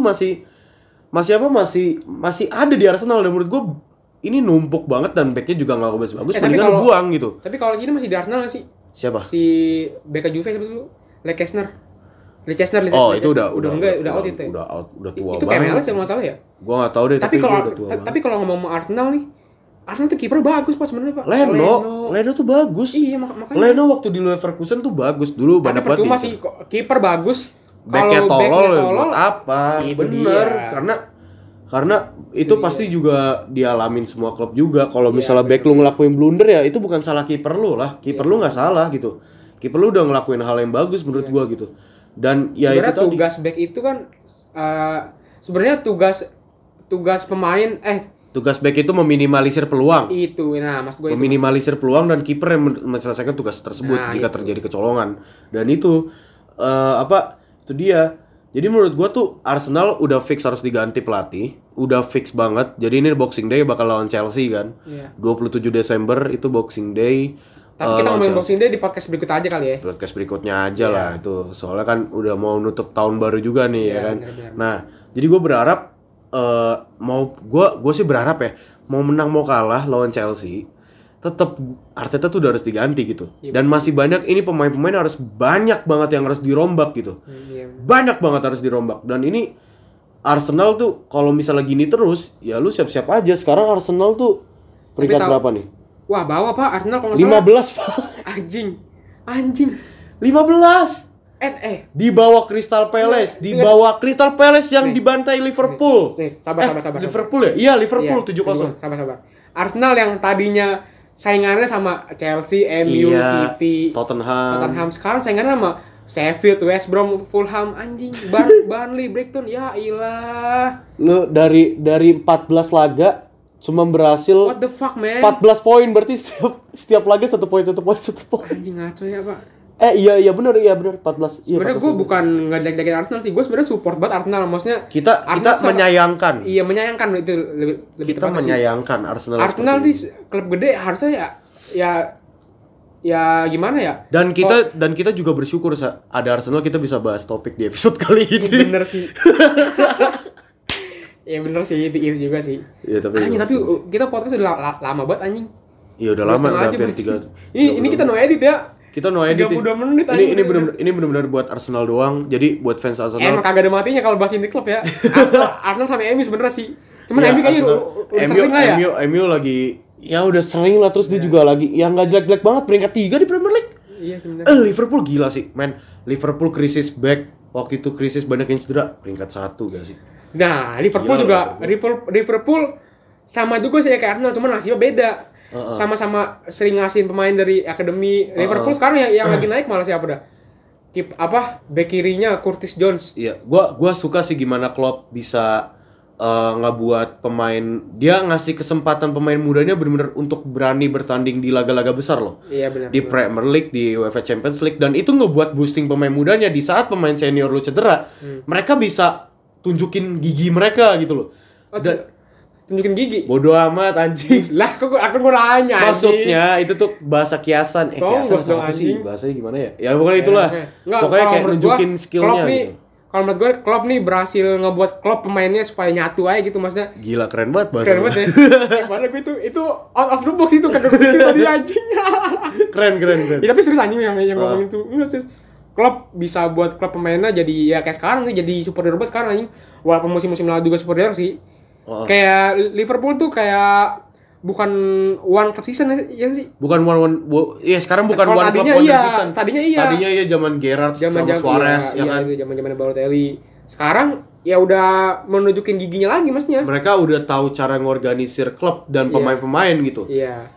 masih ada di Arsenal dan menurut gua ini numpuk banget dan backnya juga nggak bagus-bagus, mendingan lu buang gitu. Tapi kalau ini masih di Arsenal nggak sih? Siapa? Si bek Juve siapa dulu? Leicester. Oh, itu udah out itu. Udah out, udah tua itu banget. Itu MLS yang masalah ya? Gua nggak tahu deh, tapi kalau ngomong Arsenal nih, Arsenal tuh kiper bagus pas sebenarnya, Pak. Leno tuh bagus. Iya, makanya. Leno waktu di Leverkusen tuh bagus dulu, banyak banget. Tapi masih kiper bagus. Backnya tolol buat apa? Bener, karena itu pasti juga dialamin semua klub juga. Kalau misalnya back lu ngelakuin blunder ya itu bukan salah kiper lu lah. Kiper lu nggak salah gitu. Kiper lu udah ngelakuin hal yang bagus menurut gua gitu. Dan ya sebenarnya itu tugas back itu kan sebenarnya tugas pemain tugas back itu meminimalisir peluang. Itu. Nah, maksud gua meminimalisir peluang dan kiper yang menyelesaikan tugas tersebut jika terjadi kecolongan. Dan itu itu dia. Jadi menurut gua tuh Arsenal udah fix harus diganti pelatih, udah fix banget. Jadi ini Boxing Day bakal lawan Chelsea kan. 27 Desember itu Boxing Day. Tapi kita ngomongin Boxing Day di podcast berikut aja kali ya. Podcast berikutnya aja lah itu. Soalnya kan udah mau nutup tahun baru juga nih ya kan. Bener. Nah, jadi gua berharap gue sih berharap ya mau menang mau kalah lawan Chelsea tetap Arteta tuh udah harus diganti gitu. Dan masih banyak ini pemain-pemain harus banyak banget yang harus dirombak gitu. Banyak banget harus dirombak. Dan ini Arsenal tuh kalau misalnya gini terus, ya lu siap-siap aja. Sekarang Arsenal tuh peringkat berapa nih? Wah, bawah Pak Arsenal kalau enggak salah. 15, Pak. Anjing. 15. Di bawah Crystal Palace, Crystal Palace yang dibantai Liverpool. Sabar. Liverpool ya? Iya, Liverpool 7-0. Sabar. Arsenal yang tadinya saingannya sama Chelsea, MU, City, Tottenham. Sekarang saingannya sama Sheffield, West Brom, Fulham, anjing, Burnley, Brighton. Ya ilah. Lu dari 14 laga cuma berhasil What the fuck, man? 14 poin, berarti setiap laga 1 poin. Anjing, ngaco ya, Pak. Iya benar 14. Sebenarnya gue bukan ngejelek-jelekin Arsenal sih, gue sebenarnya support banget Arsenal, maksudnya kita menyayangkan. Iya, menyayangkan itu lebih kita menyayangkan sih. Arsenal sih klub gede harusnya ya gimana ya? Dan kita juga bersyukur ada Arsenal, kita bisa bahas topik di episode kali ini. Bener sih. Ya bener sih, itu juga sih. Iya, tapi kita podcast udah lama banget anjing. Iya, udah lama, hampir 3. Ini kita no edit ya. Kita no edit. 32 menit aja. Ini benar-benar buat Arsenal doang. Jadi buat fans Arsenal. Emang kagak ada matinya kalau bahas ini klub ya. Arsenal sama MU sebenarnya sih. Cuman MU kayaknya udah sering lah ya. MU lagi ya udah sering lah, terus dia juga lagi yang enggak jelek-jelek banget, peringkat 3 di Premier League. Iya sebenarnya. Liverpool gila sih, man. Liverpool krisis back. Waktu itu krisis banyak yang cedera, peringkat 1 gak sih? Nah, Liverpool Liverpool sama juga sih kayak Arsenal, cuman nasibnya beda. Sama-sama sering ngasihin pemain dari akademi. Liverpool sekarang yang lagi naik malah siapa dah? Back kirinya Curtis Jones. Iya, gua suka sih gimana Klopp bisa ngebuat pemain, dia ngasih kesempatan pemain mudanya benar-benar untuk berani bertanding di laga-laga besar loh. Iya benar. Di Premier League, di UEFA Champions League, dan itu ngebuat boosting pemain mudanya di saat pemain senior lu cedera, mereka bisa tunjukin gigi mereka gitu loh. Tunjukin gigi. Bodoh amat anjing. Lah kok aku nanya. Maksudnya itu tuh bahasa kiasan. Kiasan apa sih? Bahasanya gimana ya? Ya pokoknya itulah. Pokoknya kayak nunjukin skillnya gitu. Kalau menurut gue Klopp nih berhasil ngebuat Klopp pemainnya supaya nyatu aja gitu, maksudnya. Gila, keren banget bahasa. Keren banget ya. Mana gue itu out of the box itu kagak gue pikir tadi anjing. Keren. Ya, tapi serius anjing yang ngomongin itu. Enggak serius. Klopp bisa buat klub pemainnya jadi ya kayak sekarang sih, jadi superior banget sekarang anjing. Walaupun musim-musim lalu juga superior sih. Kayak Liverpool tuh kayak bukan one club season ya sih. Bukan iya sekarang bukan one club season. Tadinya iya zaman Gerrard sama Suarez ya kan. Zaman Balotelli. Sekarang ya udah menunjukin giginya lagi maksudnya. Mereka udah tahu cara ngorganisir klub dan pemain-pemain gitu. Iya.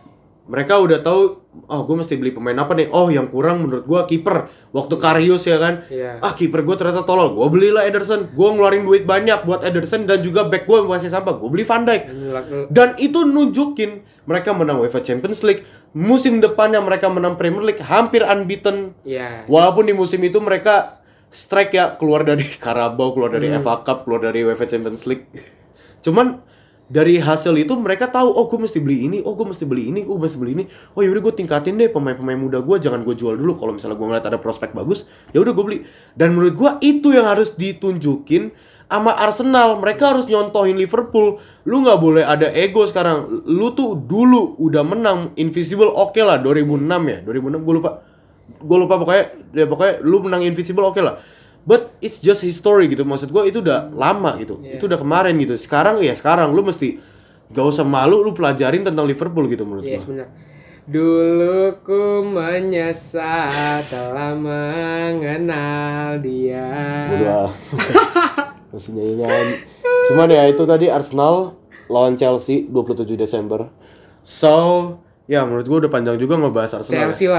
Mereka udah tahu, oh gue mesti beli pemain apa nih? Oh yang kurang menurut gue kiper. Waktu Karius ya kan, kiper gue ternyata tolol. Gue belilah Ederson. Gue ngeluarin duit banyak buat Ederson dan juga back gue masih sampah. Gue beli Van Dijk. Dan itu nunjukin mereka menang UEFA Champions League. Musim depannya mereka menang Premier League, hampir unbeaten. Walaupun di musim itu mereka strike ya, keluar dari Carabao, keluar dari FA Cup, keluar dari UEFA Champions League. Cuman dari hasil itu mereka tahu, oh gue mesti beli ini, oh gue mesti beli ini, gue mesti beli ini. Oh yaudah gue tingkatin deh pemain-pemain muda gue, jangan gue jual dulu. Kalau misalnya gue ngeliat ada prospek bagus, ya udah gue beli. Dan menurut gue itu yang harus ditunjukin sama Arsenal. Mereka harus nyontohin Liverpool. Lu nggak boleh ada ego sekarang. Lu tuh dulu udah menang Invisible, oke lah 2006 ya, 2006 gue lupa pokoknya lu menang Invisible oke lah. But it's just history gitu. Maksud gue itu udah lama gitu. Itu udah kemarin gitu. Sekarang lu mesti gak usah malu, lu pelajarin tentang Liverpool gitu menurut gue. Yes, benar. Dulu ku menyesal telah mengenal dia. Udah. Masih nyanyi. Cuman ya itu tadi Arsenal lawan Chelsea 27 Desember. So, ya menurut gue udah panjang juga ngebahas Arsenal. Chelsea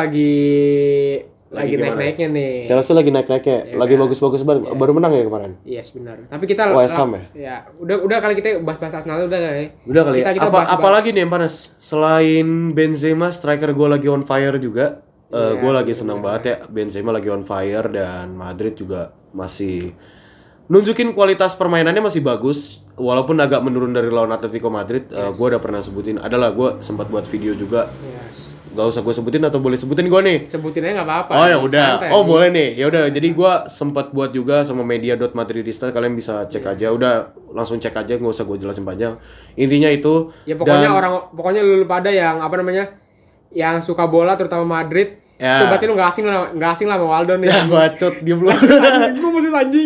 lagi naik-naiknya nih. Chelsea lagi naik-naiknya, lagi bagus-bagus banget. Baru menang ya kemarin. Yes, benar. Tapi kita ya. Udah kali kita bahas Arsenal udah ya. Udah kali. Kita apalagi nih yang panas? Selain Benzema, striker gue lagi on fire juga. Gue lagi senang banget ya. Benzema lagi on fire dan Madrid juga masih nunjukin kualitas permainannya masih bagus. Walaupun agak menurun dari lawan Atletico Madrid. Gue udah pernah sebutin. Adalah gue sempat buat video juga. Yes. Gak usah gue sebutin atau boleh sebutin gue nih? Sebutin aja nggak apa-apa. Oh ya udah. Oh boleh nih. Ya udah. Jadi gue sempat buat juga sama media.madridista. Kalian bisa cek aja. Udah langsung cek aja. Nggak usah gue jelasin panjang. Intinya itu. Ya pokoknya lu pada yang apa namanya, yang suka bola terutama Madrid. Ya. Itu berarti lu nggak asing lah sama Waldon ya. Ya bacot dia belum. Gue masih anjing.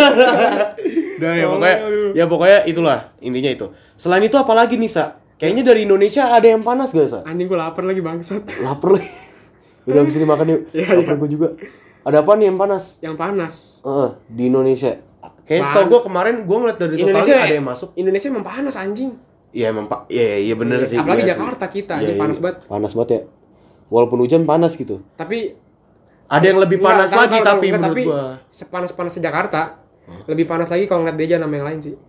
Udah ya pokoknya itulah intinya itu. Selain itu apalagi nih Sa? Kayaknya dari Indonesia ada yang panas gak, Sa? Anjing gue lapar lagi bangsat. Lapar lagi. Udah habis dimakan yuk. Lapar gue juga. Ada apa nih yang panas? Yang panas. Di Indonesia. Kayaknya setahu gue kemarin gue ngeliat dari totalnya ada yang masuk. Indonesia emang panas anjing. Iya emang iya bener sih. Apalagi Jakarta kita anjing panas banget. Panas banget ya. Walaupun hujan panas gitu. Tapi ada yang lebih panas lagi tapi menurut gue. Sepanas-panasnya Jakarta. Lebih panas lagi kalau ngeliat Deja nama yang lain sih.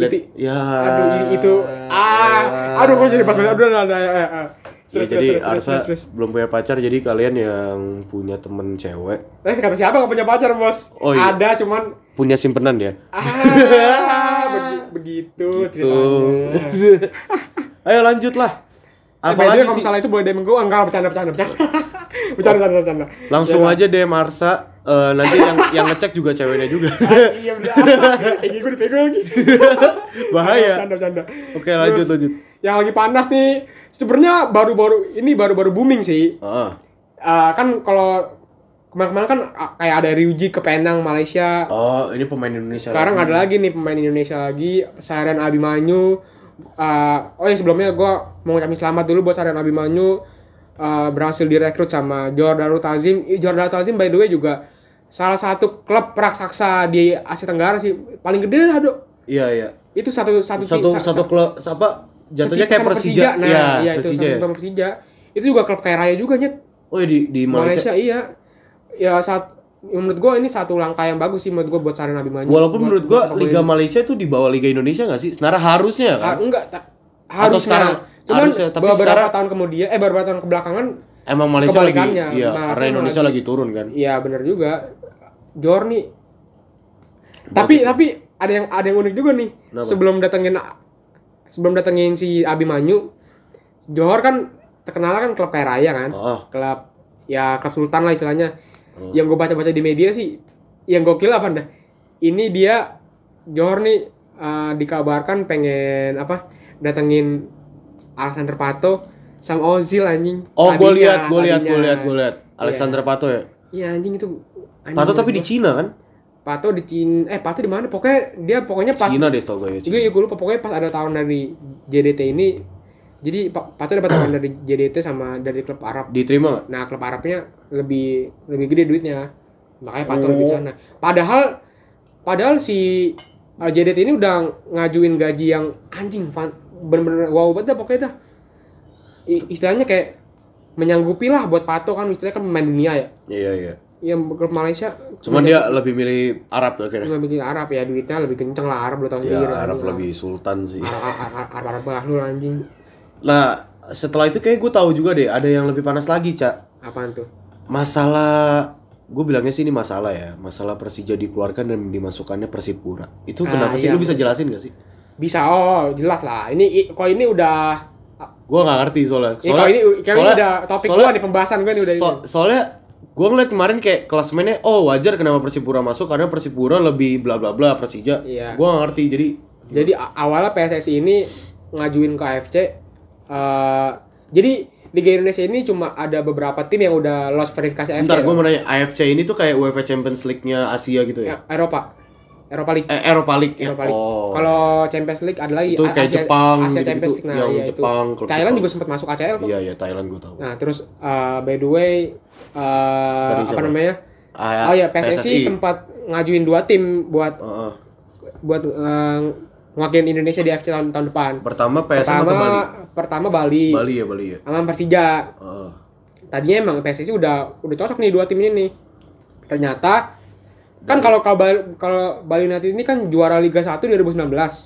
Aduh gue jadi bahas Jadi Arsa belum punya pacar, jadi kalian yang punya temen cewek. Kata siapa gak punya pacar bos? Oh, iya. Ada cuman punya simpenan ya. Begitu ceritanya. Ayo lanjut lah. Apalagi kalau misalnya itu boleh DM gue, enggak bercanda. Bercanda. Langsung aja DM Arsa. Nanti yang ngecek juga ceweknya juga. Iya benar. Gue dipegang lagi. Bahaya. Bercanda. Oke, lanjut. Yang lagi panas nih, sebenarnya baru booming sih. Kan kalau kemarin kan kayak ada Ryuji ke Penang, Malaysia. Oh, ini pemain Indonesia. Sekarang ada lagi nih pemain Indonesia lagi, Sarian Abimanyu. Sebelumnya gue mau ngucapin selamat dulu buat Sarian Abimanyu. Berhasil direkrut sama Jordan Tazim. Jordan Tazim by the way juga salah satu klub raksasa di Asia Tenggara sih, paling gede lah Dok. Iya. Itu satu klub apa? Jatuhnya kayak Persija. Iya, itu sama Persija. Itu juga klub kayak Raya juga Nyet. Oh ya di Malaysia. Iya. Ya menurut gue ini satu langkah yang bagus sih menurut gue buat Sarian Abimanyu. Walaupun menurut gue Liga Malaysia itu di bawah Liga Indonesia nggak sih? Sebenarnya harusnya kan? Harus sekarang. Cuman beberapa tahun kebelakangan emang Malaysia lagi karena Indonesia lagi turun kan. Iya benar juga. Jor nih. Tapi ada yang unik juga nih. Kenapa? Sebelum datengin si Abimanyu, Johor kan terkenal kan klub kayak Raya kan. Klub Sultan lah istilahnya. Yang gue baca-baca di media sih yang gokil apa dah? Ini dia Johor nih dikabarkan pengen datengin Alexander Pato sama Ozil anjing. Oh, gue lihat Alexander Pato ya. Iya anjing itu. Pato tapi di Cina kan? Pato di Cina. Pato di mana? Pokoknya pas Cina deh setahu gue ya. Iya, gue lupa pokoknya pas ada tahun dari JDT ini. Jadi Pato dapat tawaran dari JDT sama dari klub Arab. Diterima enggak? Nah, klub Arabnya lebih gede duitnya. Makanya Pato lebih ke sana. Padahal si JDT ini udah ngajuin gaji yang anjing bener-bener wow banget dah pokoknya dah. istilahnya kayak menyanggupi lah buat Pato kan, istilahnya kan pemain dunia ya. Iya. Yang klub Malaysia. Cuman dia lebih milih Arab tuh akhirnya. Lebih milih Arab ya, duitnya lebih kenceng lah Arab lo tau Ya sendiri. Arab lebih sultan sih. Arab bahlul anjing. Nah setelah itu kayak gue tahu juga deh ada yang lebih panas lagi, Cak. Apaan tuh? Masalah, gue bilangnya sih ini masalah ya, masalah Persija dikeluarkan dan dimasukkannya Persipura. Itu kenapa sih? Iya. Lu bisa jelasin gak sih? Bisa, jelas lah. Ini kok ini udah. Gue nggak ngerti soalnya. Ini udah topik gue nih, pembahasan gue nih udah. Soalnya gue ngeliat kemarin kayak klasemennya, wajar kenapa Persipura masuk karena Persipura lebih bla bla bla Persija. Iya. Gue nggak ngerti jadi awalnya PSSI ini ngajuin ke AFC. Jadi Liga Indonesia ini cuma ada beberapa tim yang udah lolos verifikasi AFC. Bentar, gue mau nanya, AFC ini tuh kayak UEFA Champions League-nya Asia gitu ya? Eropa League. Eropa League. Ya? Oh. Kalau Champions League ada lagi. Itu kayak Jepang Asia gitu, Champions League. Nah, yang iya, Jepang. Thailand juga sempat masuk ACL kok. Iya, Thailand gue tahu. Nah, terus by the way, apa namanya? PSSI sempat ngajuin 2 tim buat ngewakilin Indonesia di AFC tahun depan. Pertama PSM atau Bali? Pertama Bali. Bali ya. Sama Persija. Tadinya emang PSSI udah cocok nih 2 tim ini nih. Ternyata kan kalau Bali United ini kan juara Liga 1 2019.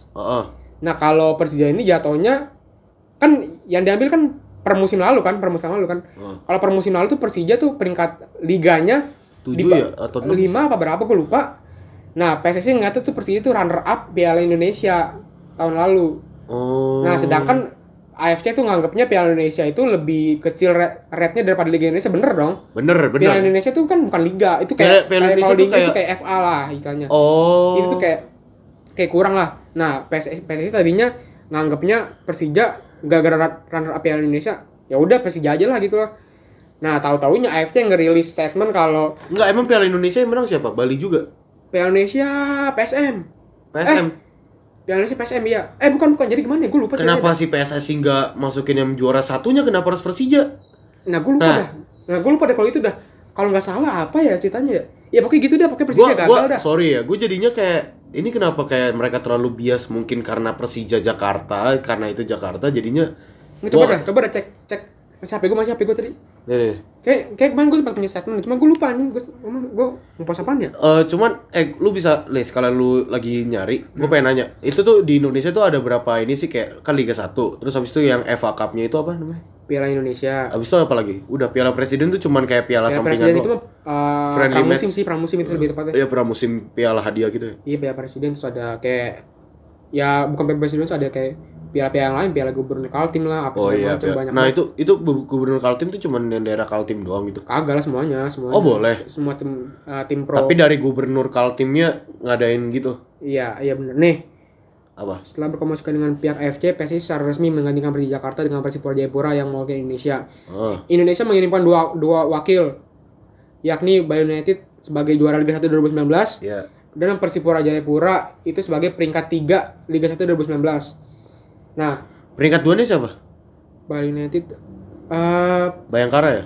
Nah, kalau Persija ini jatuhnya kan yang diambil kan per musim lalu kan. Kalau per musim lalu tuh Persija tuh peringkat liganya 7 ya atau 5 apa berapa gue lupa. Nah, PSSI ngata tuh Persija itu runner up Piala Indonesia tahun lalu. Nah, sedangkan AFC tuh nganggapnya Piala Indonesia itu lebih kecil rate-nya daripada Liga Indonesia, bener dong? Bener. Piala Indonesia tuh kan bukan liga, itu kayak Piala Indonesia kalau tuh Liga itu kayak FA lah istilahnya. Itu tuh kayak kurang lah. Nah, PSSI tadinya nganggapnya Persija gara-gara runner up Piala Indonesia, ya udah Persija aja lah gitu loh. Nah, tahu-taunya AFC ngerilis statement kalau enggak, emang Piala Indonesia yang menang siapa? Bali juga. Piala Indonesia PSM. Piala Indonesia PSM ya. Bukan. Jadi gimana ya? Gue lupa. Kenapa si PSSI nggak masukin yang juara satunya? Kenapa harus Persija? Nah, gue lupa dah kalau itu dah. Kalau nggak salah apa ya ceritanya ya? Ya pokoknya gitu dah. Pokoknya Persija gagal dah. Sorry ya, gue jadinya kayak ini kenapa kayak mereka terlalu bias mungkin karena Persija Jakarta, karena itu Jakarta jadinya. Coba dah cek. Masih HP gue tadi. Nih. Kayak kemarin gue sempat punya statement, cuma gue lupa anjing. Gue ngepost apaan ya? Cuman lu bisa nih sekalian lu lagi nyari, gue pengen nanya. Itu tuh di Indonesia tuh ada berapa ini sih, kayak kan Liga 1. Terus habis itu yang FA Cup-nya itu apa namanya? Piala Indonesia. Habis itu apa lagi? Udah Piala Presiden tuh cuman kayak piala sampingan doang. Piala Presiden itu pramusim itu lebih tepatnya. Iya, pramusim piala hadiah gitu ya. Iya, Piala Presiden terus ada kayak ya bukan Piala Presiden, terus ada kayak piala-piala yang lain, piala gubernur Kaltim lah, apa segala macam banyak. Nah, itu gubernur Kaltim tuh cuman yang daerah Kaltim doang gitu. Kagak lah semuanya. Oh, boleh. Semua tim pro. Tapi dari gubernur Kaltimnya ngadain gitu. Iya benar. Nih. Apa? Setelah berkomunikasi dengan pihak AFC, PSSI secara resmi menggantikan Persija Jakarta dengan Persipura Jayapura yang mewakili Indonesia. Indonesia mengirimkan dua wakil, yakni Bali United sebagai juara Liga 1 2019. Iya. Dan Persipura Jayapura itu sebagai peringkat 3 Liga 1 2019. Nah, peringkat 2-nya siapa? Bali United Bayangkara ya?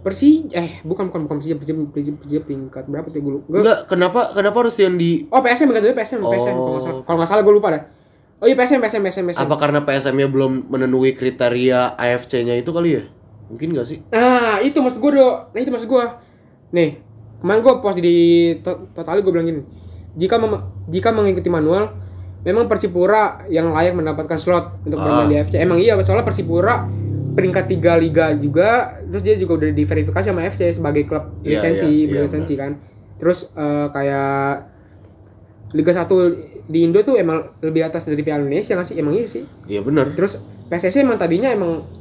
Bukan Persija peringkat berapa tuh gue lupa. Enggak, kenapa harus yang di PSM PSM kalau enggak salah gue lupa dah. Oh iya PSM. Apa karena PSM-nya belum memenuhi kriteria AFC-nya itu kali ya? Mungkin enggak sih? Nah, itu maksud gue Nih, kemarin gue post di Totali gue bilang gini. Jika mengikuti manual, memang Persipura yang layak mendapatkan slot untuk bermain di AFC. Emang iya, soalnya Persipura peringkat 3 liga juga, terus dia juga udah diverifikasi sama AFC sebagai klub berlisensi kan. Terus kayak Liga 1 di Indo tuh emang lebih atas dari Piala Indonesia nggak sih? Emang iya sih. Iya benar. Terus PSSI emang tadinya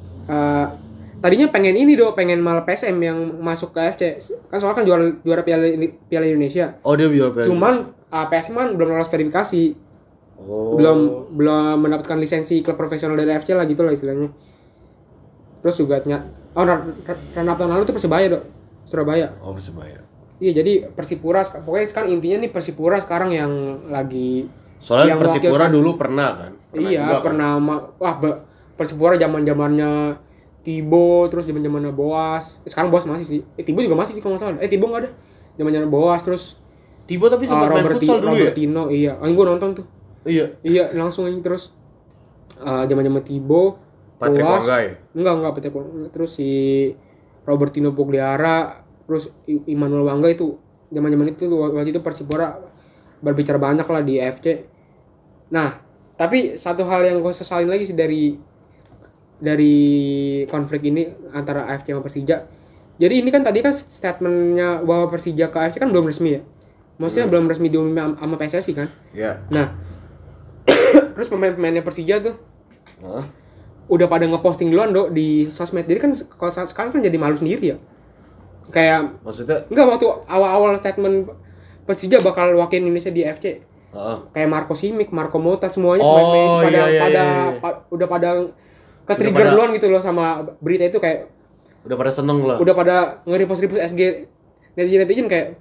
pengen malah PSM yang masuk ke AFC. Kan soalnya kan juara Piala Indonesia. Oh, dia juara Piala. Cuman PSM kan belum lolos verifikasi. Belum mendapatkan lisensi klub profesional dari AFC lah gitu lah istilahnya. Terus juga run-up tahun lalu tuh Persebaya Surabaya. Oh, Persebaya. Iya, jadi Persipura pokoknya kan intinya nih Persipura sekarang yang lagi soalnya Persipura dulu pernah kan? Pernah. Persipura zaman-zamannya Tibo, terus zaman-zamannya Boas. Sekarang Boas masih sih. Tibo juga masih sih kalau enggak salah. Tibo enggak ada. Zaman-zaman Boas terus Tibo tapi sempat main futsal dulu ya? Robertino, iya. Gue nonton tuh. Iya, langsung aja terus zaman-zaman Tibo Patrick Wangai. Enggak Patrick Wangai. Terus si Robertino Pugliara, terus Immanuel Wangga itu zaman-zaman itu waktu itu Persipura berbicara banyak lah di AFC. Nah, tapi satu hal yang gue sesalin lagi sih dari konflik ini antara AFC sama Persija. Jadi ini kan tadi kan statementnya bahwa Persija ke AFC kan belum resmi ya. Maksudnya belum resmi diumumkan sama PSSI kan. Iya. Nah, terus pemain-pemainnya Persija tuh udah pada ngeposting duluan di sosmed. Jadi kan kalau sekarang kan jadi malu sendiri ya. Kayak maksudnya enggak, waktu awal-awal statement Persija bakal wakil Indonesia di AFC. Kayak Marco Simic, Marco Motta semuanya udah pada ke-trigger duluan gitu loh sama berita itu, kayak udah pada seneng lah. Udah pada nge-repost SG netizen kayak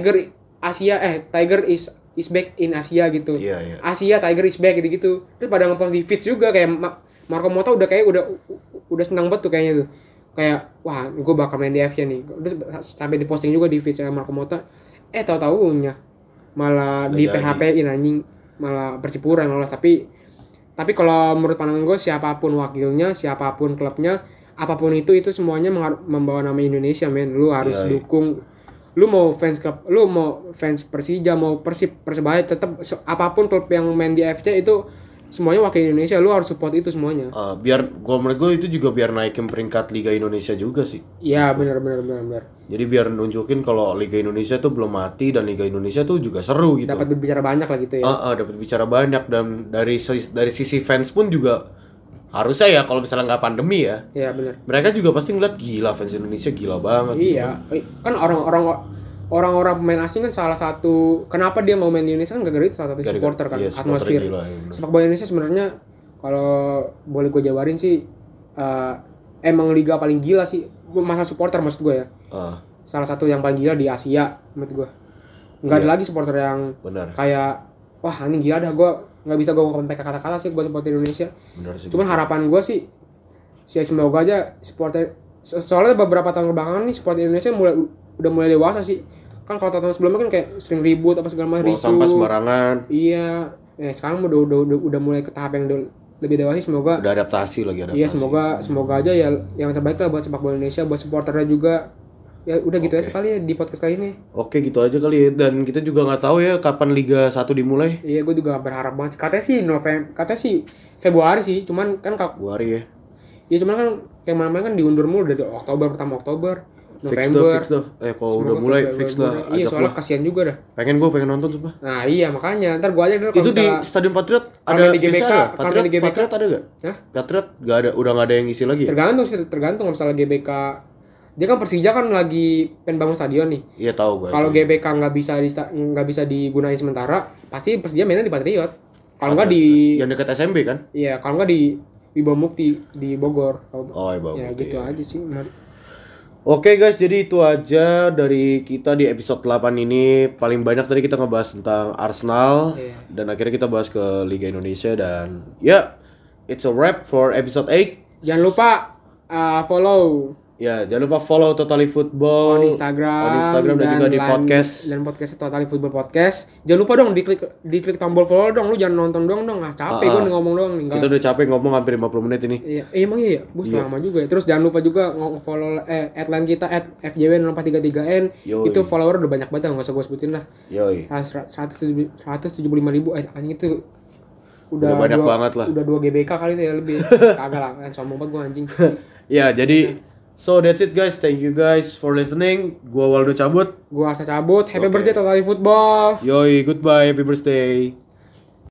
Tiger is back in Asia gitu. Iya. Asia Tiger is back gitu. Terus pada nge-post di feed juga kayak Marco Motta udah senang banget tuh kayaknya tuh. Kayak wah, gue bakal main di AFC nih. Terus sampai di posting juga di feed saya Marco Motta. Tahu-tahunya malah di PHP-in anjing, malah Persipura yang lolos. Tapi kalau menurut pandangan gue, siapapun wakilnya, siapapun klubnya, apapun itu semuanya membawa nama Indonesia, men. Lu harus dukung. Lu mau fans klub, lu mau fans Persija, mau Persebaya, tetap apapun klub yang main di AFC itu semuanya wakil Indonesia, lu harus support itu semuanya. Biar menurut gue itu juga biar naikin peringkat Liga Indonesia juga sih. Iya, benar. Jadi biar nunjukin kalau Liga Indonesia tuh belum mati dan Liga Indonesia tuh juga seru gitu. Dapat berbicara banyak lah gitu ya. Dapat bicara banyak, dan dari sisi fans pun juga harusnya ya, kalau misalnya nggak pandemi ya. Iya, benar. Mereka juga pasti ngeliat gila, fans Indonesia gila banget. Iya, gitu kan orang-orang pemain asing kan salah satu kenapa dia mau main di Indonesia kan gara-gara itu salah satu supporter kan, atmosfer. Sepak bola Indonesia sebenarnya kalau boleh gue jabarin sih emang liga paling gila sih masa supporter, maksud gue ya. Salah satu yang paling gila di Asia menurut gue. Nggak ada lagi supporter yang kayak wah ini gila dah, gue nggak bisa gue ngomong pakai kata-kata sih buat supporter Indonesia. Cuman harapan gue sih semoga aja supporter, soalnya beberapa tahun belakangan nih supporter Indonesia udah mulai dewasa sih. Kan kalau tahun sebelumnya kan kayak sering ribut apa segala macam, ricu, sampah sembarangan. Iya. Sekarang udah mulai ke tahap yang lebih dewasa, semoga udah adaptasi. Iya, semoga aja ya yang terbaik lah buat sepak bola Indonesia, buat supporternya juga. Ya udah gitu ya sekali ya di podcast kali ini. Oke, gitu aja kali ya. Dan kita juga nggak tahu ya kapan Liga 1 dimulai. Iya, gue juga berharap banget. Katanya sih Februari sih, cuman kan Februari ya. Iya, cuman kan kayak mana-mana kan diundur mulu dari pertama Oktober. November. Fix dah. Kalau udah mulai fix lah. Iya, soalnya kasihan juga dah. Pengen nonton sumpah. Nah, iya makanya. Ntar gua aja dulu kalau itu di Stadion Patriot ada di GBK, Patriot ada enggak? Hah? Patriot enggak ada, udah enggak ada yang isi lagi. Tergantung kalau misalnya GBK. Dia kan Persija kan lagi pengen bangun stadion nih. Iya, tahu gua. Kalau GBK enggak bisa digunain sementara, pasti Persija mainnya di Patriot. Kalau enggak di yang dekat SMB kan? Iya, kalau enggak di Wibawa Mukti di Bogor. Wibawa Mukti. Ya gitu aja sih. Oke guys, jadi itu aja dari kita di episode 8 ini. Paling banyak tadi kita ngebahas tentang Arsenal, dan akhirnya kita bahas ke Liga Indonesia. Dan it's a wrap for episode 8. Jangan lupa follow. Ya, jangan lupa follow Totally Football on Instagram dan juga di podcast. Dan podcast Totally Football Podcast. Jangan lupa dong diklik tombol follow dong. Lu jangan nonton doang dong. Capek gue ngomong doang nih. Kita udah capek ngomong hampir 50 menit ini. Iya, emang iya. Bos lama juga ya. Terus jangan lupa juga follow @line kita @fjw0433n. Itu follower udah banyak banget, enggak usah gue sebutin lah. 175.000 anjing itu. Udah banyak banget lah. Udah 2 GBK kali ya lebih. Kagak lah, sombong banget gue anjing. Ya, jadi so that's it guys, thank you guys for listening. Gua Waldo cabut. Gua Asa cabut. Happy birthday Totally Football. Yoi, goodbye, happy birthday.